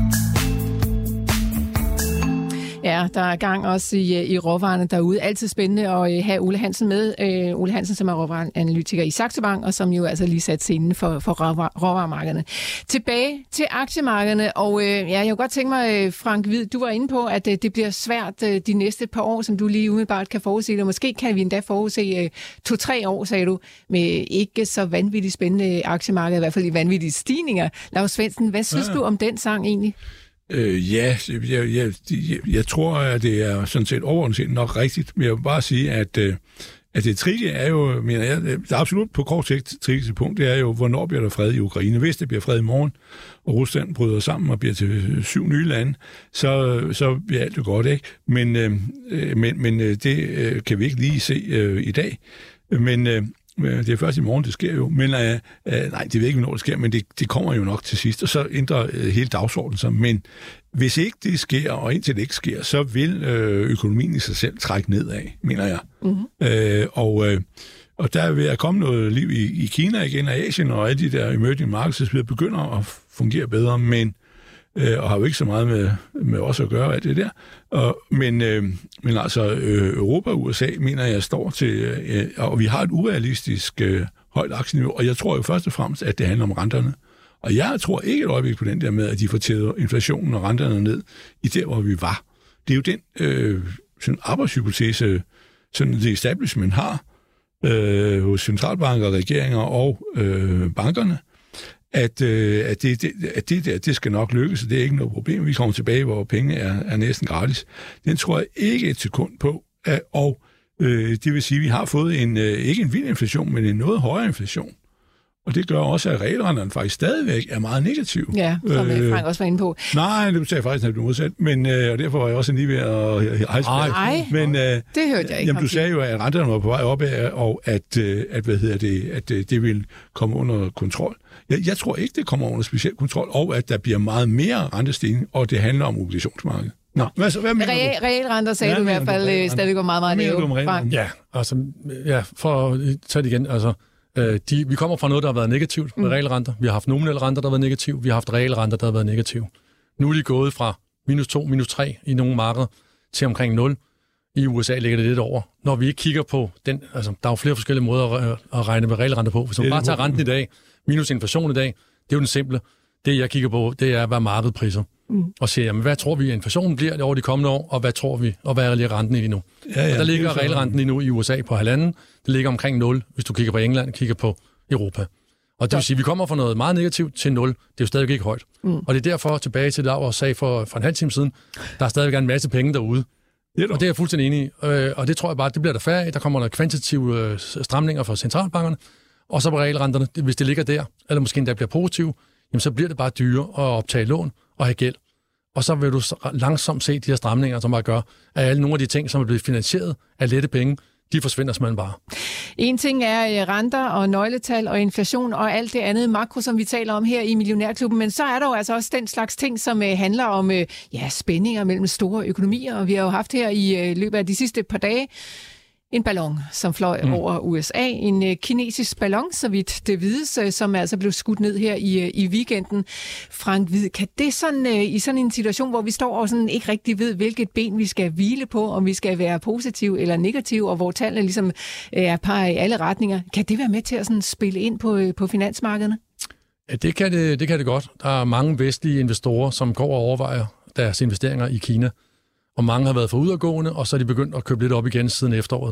S3: Ja, der er gang også i, i råvarerne derude. Altid spændende at have Ole Hansen med. Øh, Ole Hansen, som er råvareanalytiker i Saxo Bank, og som jo altså lige sat scenen for, for råvaremarkederne. Tilbage til aktiemarkederne, og øh, ja, jeg kunne godt tænke mig, Frank Hvid, du var inde på, at øh, det bliver svært øh, de næste par år, som du lige umiddelbart kan forudse, og måske kan vi endda forudse øh, to-tre år, sagde du, med ikke så vanvittigt spændende aktiemarked, i hvert fald i vanvittige stigninger. Lars Svendsen, hvad synes ja. du om den sang egentlig?
S5: Øh, ja, jeg, jeg, jeg, jeg tror, at det er sådan set overordnet nok rigtigt, men jeg vil bare sige, at, at det tricky er jo, mener jeg, det er absolut på kort sigt tricky punkt, det er jo, hvornår bliver der fred i Ukraine. Hvis det bliver fred i morgen, og Rusland bryder sammen og bliver til syv nye lande, så, så bliver alt jo godt, ikke? Men, øh, men, men det øh, kan vi ikke lige se øh, i dag. Men øh, det er først i morgen, det sker jo. Men øh, øh, nej, det ved jeg ikke, hvornår det sker, men det, det kommer jo nok til sidst, og så ændrer øh, hele dagsordenen sig. Men hvis ikke det sker, og indtil det ikke sker, så vil øh, økonomien i sig selv trække nedad, mener jeg. Mm-hmm. Øh, og, øh, og der vil komme noget liv i, i Kina igen, og Asien, og alle de der emerging markets begynder at fungere bedre, men øh, og har jo ikke så meget med, med os at gøre, alt det der. Og, men, øh, men altså, øh, Europa og U S A, mener jeg, står til, øh, og vi har et urealistisk øh, højt aktieniveau, og jeg tror jo først og fremmest, at det handler om renterne. Og jeg tror ikke et øjeblik på den der med, at de får taget inflationen og renterne ned i der, hvor vi var. Det er jo den øh, sådan arbejdshypotese, sådan det establishment har øh, hos centralbanker, regeringer og øh, bankerne, at, øh, at, det, det, at det der, det skal nok lykkes, og det er ikke noget problem. Vi kommer tilbage, hvor penge er, er næsten gratis. Den tror jeg ikke et sekund på, at, og øh, det vil sige, at vi har fået en, øh, ikke en vild inflation, men en noget højere inflation. Og det gør også, at realrenterne faktisk stadigvæk er meget negativ.
S3: Ja, som øh, Frank også var inde på.
S5: Nej, det sagde faktisk, at det blev modsat. Men, øh, og derfor var jeg også lige ved at hejse.
S3: Nej,
S5: men, øh,
S3: det hørte jeg ikke.
S5: Jamen, du sagde jo, at renterne var på vej opad, og at, øh, at, hvad hedder det, at øh, det vil komme under kontrol. Jeg, jeg tror ikke, det kommer under speciel kontrol, og at der bliver meget mere rentestigning, og det handler om obligationsmarkedet. Nå, hvad, så, hvad mener
S3: Real,
S5: du?
S3: Realrenter sagde du i hvert fald stadig går meget, meget lave.
S4: Ja, altså, ja, for at tage det igen, altså, De, vi kommer fra noget, der har været negativt med mm. realrenter. Vi har haft nominelle renter, der har været negativt. Vi har haft realrenter, der har været negativt. Nu er de gået fra minus to, minus tre i nogle markeder til omkring nul. I U S A ligger det lidt over. Når vi ikke kigger på den, altså der er jo flere forskellige måder at, at regne med realrenter på. Hvis man bare tager renten i dag, minus inflation i dag, det er jo den simple. Det jeg kigger på, det er, hvad markedet priser. Mm. Og siger, jamen, hvad tror vi, inflationen bliver over de kommende år, og hvad tror vi, og hvad er lige renten i lige nu? Ja, ja, og der ligger realrenten lige nu i U S A på halvanden. Det ligger omkring nul, hvis du kigger på England, kigger på Europa. Og det vil sige, at vi kommer fra noget meget negativt til nul. Det er jo stadig ikke højt. Mm. Og det er derfor, tilbage til det, jeg sagde for, for en halv time siden, der er stadig en masse penge derude. Det og det er jeg fuldstændig enig i. Og det tror jeg bare, det bliver der færre af. Der kommer nogle kvantitative stramninger fra centralbankerne. Og så på realrenterne, hvis det ligger der, eller måske endda bliver positivt, jamen så bliver det bare dyre at optage lån og have gæld. Og så vil du langsomt se de her stramninger, som bare gør, at alle nogle af de ting, som er blevet finansieret af lette penge, de forsvinder simpelthen bare.
S3: En ting er renter og nøgletal og inflation og alt det andet makro, som vi taler om her i Millionærklubben, men så er der jo altså også den slags ting, som handler om ja, spændinger mellem store økonomier, og vi har jo haft her i løbet af de sidste par dage en ballon, som fløj mm. over U S A. En uh, kinesisk ballon, så vidt det vides, uh, som altså blev skudt ned her i, uh, i weekenden. Frank Hvid, kan det sådan, uh, i sådan en situation, hvor vi står og sådan ikke rigtig ved, hvilket ben vi skal hvile på, om vi skal være positiv eller negativ, og hvor tallene ligesom uh, er par i alle retninger, kan det være med til at sådan spille ind på, uh, på finansmarkederne?
S4: Ja, det kan det, det kan det godt. Der er mange vestlige investorer, som går og overvejer deres investeringer i Kina. Og mange har været for udadgående, og så er de begyndt at købe lidt op igen siden efteråret.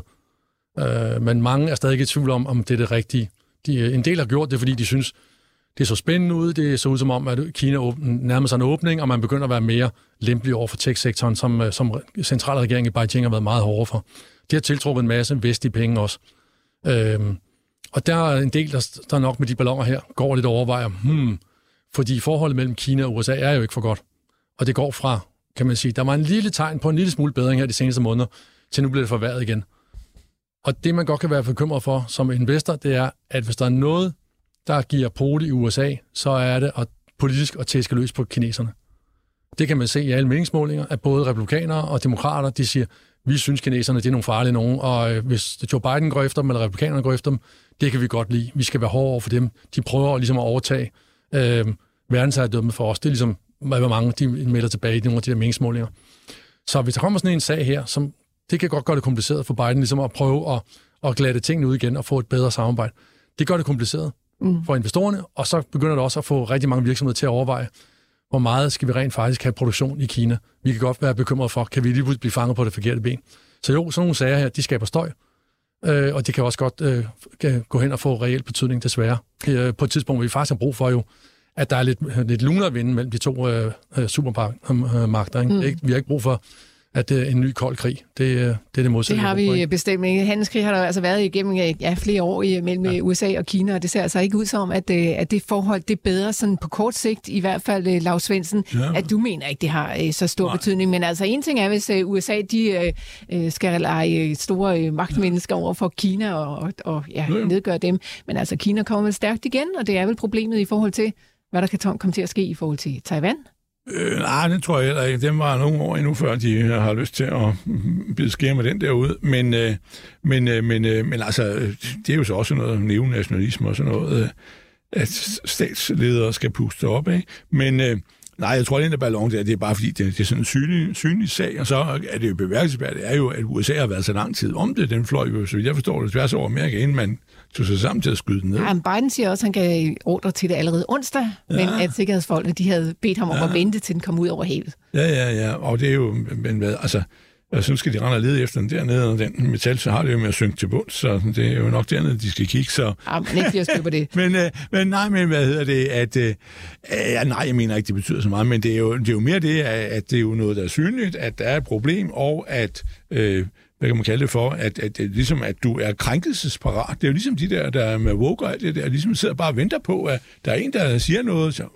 S4: Øh, men mange er stadig i tvivl om, om det er det rigtige. De, en del har gjort det, fordi de synes, det er så spændende ud. Det så ud som om, at Kina nærmer sig en åbning, og man begynder at være mere lempelig over for tech-sektoren, som, som centralregeringen i Beijing har været meget hårdere for. De har tiltrukket en masse vestlige penge også. Øh, og der er en del, der, der nok med de balloner her, går lidt og overvejer, hmm, fordi forholdet mellem Kina og U S A er jo ikke for godt. Og det går fra, kan man sige, der var en lille tegn på en lille smule bedring her de seneste måneder, til nu bliver det forværret igen. Og det, man godt kan være bekymret for som investor, det er, at hvis der er noget, der giver pole i U S A, så er det at politisk at tæske løs på kineserne. Det kan man se i alle meningsmålinger, at både republikanere og demokrater, de siger, vi synes kineserne, det er nogle farlige nogen, og hvis Joe Biden går efter dem, eller republikanerne går efter dem, det kan vi godt lide. Vi skal være hårde over for dem. De prøver ligesom at overtage øh, verdensherredømmet for os. Det er ligesom, hvor mange de melder tilbage i nogle af de der meningsmålinger. Så hvis der kommer sådan en sag her, som det kan godt gøre det kompliceret for Biden, ligesom at prøve at, at glatte tingene ud igen og få et bedre samarbejde. Det gør det kompliceret mm. for investorerne, og så begynder det også at få rigtig mange virksomheder til at overveje, hvor meget skal vi rent faktisk have produktion i Kina. Vi kan godt være bekymrede for, kan vi lige pludselig blive fanget på det forkerte ben. Så jo, sådan nogle sager her, de skaber støj, øh, og de kan også godt øh, kan gå hen og få reel betydning, desværre. Øh, på et tidspunkt, hvor vi faktisk har brug for jo, at der er lidt, lidt lunere vinde mellem de to øh, supermagter. Ikke? Mm. Vi har ikke brug for, at det er en ny kold krig. Det, det er det modsatte.
S3: Det har vi bestemt ikke. Handelskrig har der altså været igennem ja, flere år i, mellem ja. U S A og Kina, og det ser altså ikke ud som, at, at det forhold det er bedre sådan på kort sigt, i hvert fald Lars Svendsen, ja. At du mener ikke, det har så stor Nej. betydning. Men altså en ting er, hvis U S A de uh, skal lege store magtmennesker over for Kina og, og, og ja, ja, ja. nedgøre dem. Men altså Kina kommer vel stærkt igen, og det er vel problemet i forhold til, hvad der kan komme til at ske i forhold til Taiwan.
S5: Øh, nej, det tror jeg heller ikke. Dem var nogle år endnu før, de har lyst til at bide skære med den derude. Men, øh, men, øh, men, øh, men altså, det er jo så også noget neonationalisme og sådan noget, øh, at statsledere skal puste op, ikke? Men øh, nej, jeg tror, at den der ballon der, det er bare fordi, det, det er sådan en synlig, synlig sag, og så er det jo bemærkelsesværdigt, det er jo, at U S A har været så lang tid om det. Den fløj jo, så jeg forstår det, tværs over Amerika, inden man tog sig sammen til at skyde den ned.
S3: Ja, Biden siger også, at han gav ordre til det allerede onsdag, ja. Men at sikkerhedsfolkene, de havde bedt ham om ja. at vente, til den kom ud over havet.
S5: Ja, ja, ja, og det er jo, men hvad, altså, og så skal de rende og lede efter den dernede, og den metal, så har det jo med at synke til bunds, så det er jo nok dernede, de skal kigge, så...
S3: Ja, men ikke flere styr på det.
S5: men, øh, men nej, men hvad hedder det, at... Øh, ja, nej, jeg mener ikke, det betyder så meget, men det er jo, det er jo mere det, at det er jo noget, der er synligt, at der er et problem, og at... Øh, hvad kan man kalde det for, at, at, at, ligesom, at du er krænkelsesparat. Det er jo ligesom de der, der er med woke og alt det der, ligesom sidder bare og venter på, at der er en, der siger noget, så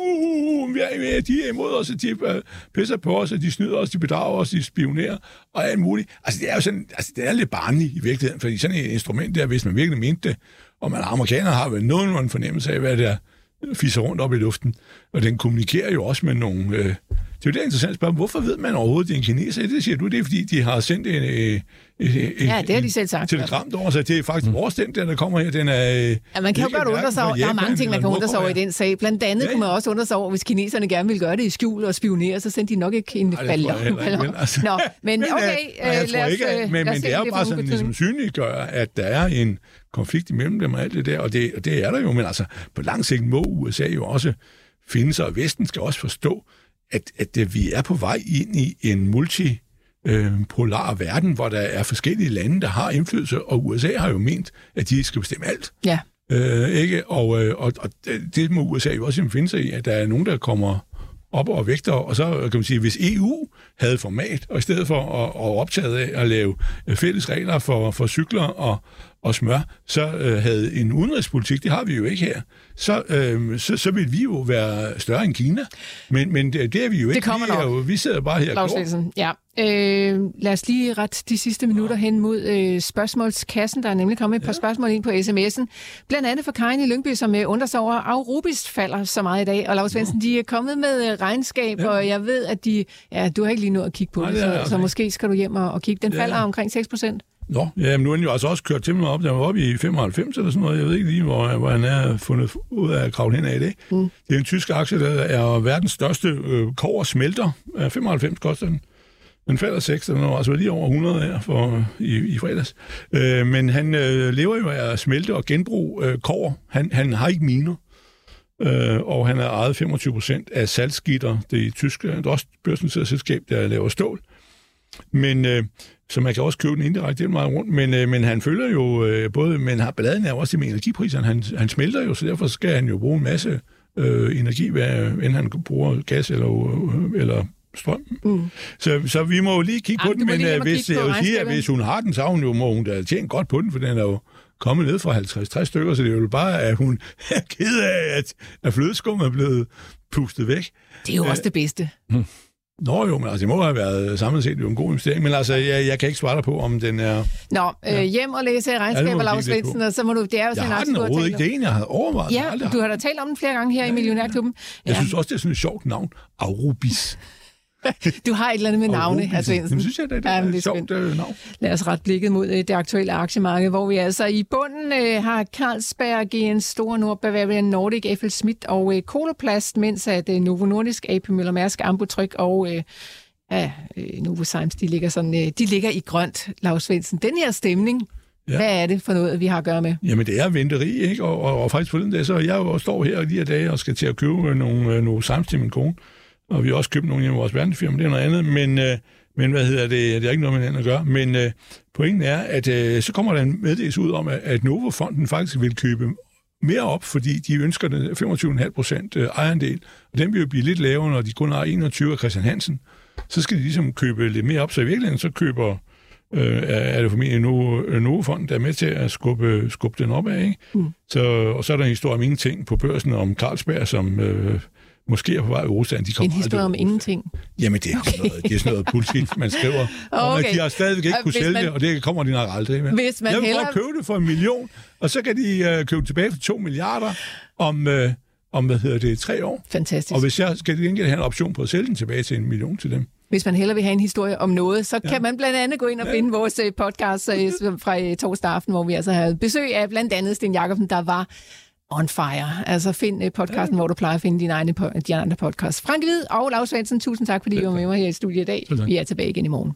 S5: uh, ja, de er imod os, og de pisser på os, og de snyder os, de bedrager os, de spionerer, og alt muligt. Altså, det er jo sådan, altså, det er lidt barnligt i virkeligheden, fordi sådan et instrument der, hvis man virkelig mente det, og man amerikanere har vel nogenlunde fornemmelse af, hvad der fisser rundt op i luften, og den kommunikerer jo også med nogle... Øh, det er jo det interessant spørgsmål. Hvorfor ved man overhovedet, det er en kineser? Det siger du, det er fordi, de har sendt en, en, en,
S3: ja, det har de selv sagt.
S5: telegram over, så det er faktisk mm. vores den, der kommer her. Den er,
S3: ja, man kan jo godt undre sig over. Der er mange ting, man kan undre sig over i den sag. Blandt andet ja, ja. kunne man også undre sig over, hvis kineserne gerne ville gøre det i skjul og spionere, så sendte de nok ikke en ballon.
S5: Altså,
S3: Nå, men okay,
S5: øh, lad os, ikke, men, men det er jo bare sådan, ligesom synliggør, at der er en konflikt imellem dem og alt det der, og det, og det er der jo, men altså på lang sigt må U S A jo også finde sig, og Vesten skal også forstå, at, at vi er på vej ind i en multipolar verden, hvor der er forskellige lande, der har indflydelse, og U S A har jo ment, at de skal bestemme alt.
S3: Ja.
S5: Øh, ikke? Og, og, og det må U S A jo også finde sig i, at der er nogen, der kommer op og vægter, og så kan man sige, hvis E U havde format, og i stedet for at, at optaget af at lave fælles regler for, for cykler og, og smør, så øh, havde en udenrigspolitik, det har vi jo ikke her, så, øh, så, så vil vi jo være større end Kina. Men, men det, det er vi jo ikke.
S3: Det kommer nok.
S5: Vi, jo, vi sidder bare her og går.
S3: Ja. Øh, lad os lige rette de sidste minutter hen mod øh, spørgsmålskassen. Der er nemlig kommet et par ja. spørgsmål ind på sms'en. Blandt andet for Karin i Lyngby, som øh, undrer sig over, at Aurubis falder så meget i dag. Og Lars Svendsen, de er kommet med øh, regnskab, ja. og jeg ved, at de... Ja, du har ikke lige nået at kigge på Nej, det, så, så måske skal du hjem og, og kigge. Den ja. falder omkring seks procent.
S5: Nå, ja, men nu er den jo altså også kørt til mig op. Der var oppe i femoghalvfems eller sådan noget. Jeg ved ikke lige, hvor, hvor han er fundet ud af at kravle hen af det. Mm. Det er en tysk aktie, der er verdens største øh, kobbersmelter. femoghalvfems koster den. Den falder seks, den var altså lige over hundrede her for, i, i fredags. Øh, men han øh, lever jo af at smelte og genbruge øh, kobber. Han, han har ikke miner. Øh, og han har ejet femogtyve procent af Salzgitter, det er tyske, det er også børsnoteret selskab, der laver stål. Men øh, så man kan også købe den indirekte meget rundt, men, øh, men han følger jo øh, både, men har balladen er også det med energipriserne. Han, han smelter jo, så derfor skal han jo bruge en masse øh, energi, hvad end han bruger gas eller, øh, eller strøm. Mm. Så, så vi må jo lige kigge Jamen, på den, men øh, hvis, jeg vil sige, at hvis hun har den, så hun jo, må hun da tjene godt på den, for den er jo kommet ned fra halvtreds til tres stykker, så det er jo bare, at hun er ked af, at, at flødeskum er blevet pustet væk.
S3: Det er jo også det bedste.
S5: Hmm. Nå jo, men altså, det må have været samlet set jo en god investering, men altså, jeg, jeg kan ikke svare dig på, om den er...
S3: Nå, øh, ja. hjem og læse regnskaber, ja, Lars Svendsen, og så må du... Det er jo sådan
S5: jeg har den overhovedet ikke. Det er en, jeg havde overvejet.
S3: Ja, du har da talt om den flere gange her ja, i Millionærklubben. Ja.
S5: Jeg synes også, det er sådan et sjovt navn. Aurubis.
S3: Du har et eller andet med navne, hr. Svendsen.
S5: Det synes jeg, det er, ja, det er et sjovt øh, navn.
S3: Lad os rette blikket mod øh, det aktuelle aktiemarked, hvor vi altså i bunden øh, har Carlsberg, G N Store Nord, Bavarian Nordic, F L Schmidt og øh, Coloplast, mens at øh, Novo Nordisk, A P Møller Mærsk, Ambutryk og øh, ja, øh, Novozymes, de ligger, sådan, øh, de ligger i grønt, Lars Svendsen. Den her stemning, ja. Hvad er det for noget, vi har at gøre med?
S5: Jamen, det er venteri, ikke? Og, og, og faktisk på den dag, så jeg jo står her de her dage og skal til at købe nogle, øh, Novozymes til min kone. Og vi har også købt nogle i vores verdensfirma, det er noget andet, men, øh, men hvad hedder det, det er ikke noget med den at gøre. Men øh, pointen er, at øh, så kommer der en meddelelse ud om, at, at Novo-fonden faktisk vil købe mere op, fordi de ønsker den femogtyve komma fem procent ejerandel, og den vil jo blive lidt lavere, når de kun har enogtyve af Christian Hansen. så skal de ligesom købe lidt mere op. Så i virkeligheden så køber, øh, er det formentlig Novo-fonden, der er med til at skubbe, skubbe den opad, ikke? Mm. Så, og så er der en historie om ingenting på børsen om Carlsberg, som øh, måske er på vej i Rusland. De
S3: en historie om ingenting?
S5: Jamen, det er, okay. sådan noget, det er sådan noget bullshit, man skriver. Okay. Og de har stadigvæk ikke kunne sælge man, det, og det kommer de nok aldrig med.
S3: Hvis man
S5: Jeg vil
S3: heller...
S5: godt købe det for en million, og så kan de øh, købe tilbage for to milliarder om, øh, om, hvad hedder det, tre år.
S3: Fantastisk.
S5: Og hvis jeg skal de have en option på at sælge den tilbage til en million til dem.
S3: Hvis man hellere vil have en historie om noget, så ja. kan man blandt andet gå ind og ja. finde vores podcast fra torsdag aften, hvor vi altså havde besøg af blandt andet Sten Jakobsen, der var on fire. Altså find podcasten, ja. hvor du plejer at finde dine egne, dine andre podcasts. Frank Hvid og Lars Svendsen, tusind tak, fordi I var med mig her i studiet i dag. Vi er tilbage igen i morgen.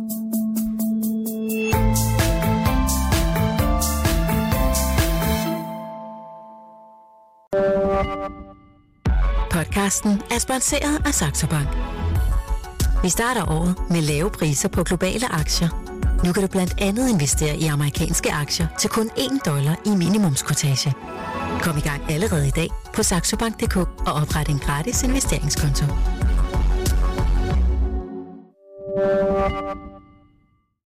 S1: Podcasten er sponsoreret af Saxo Bank. Vi starter året med lave priser på globale aktier. Nu kan du blandt andet investere i amerikanske aktier til kun en dollar i minimumskortage. Kom i gang allerede i dag på saxobank punktum d k og opret en gratis investeringskonto.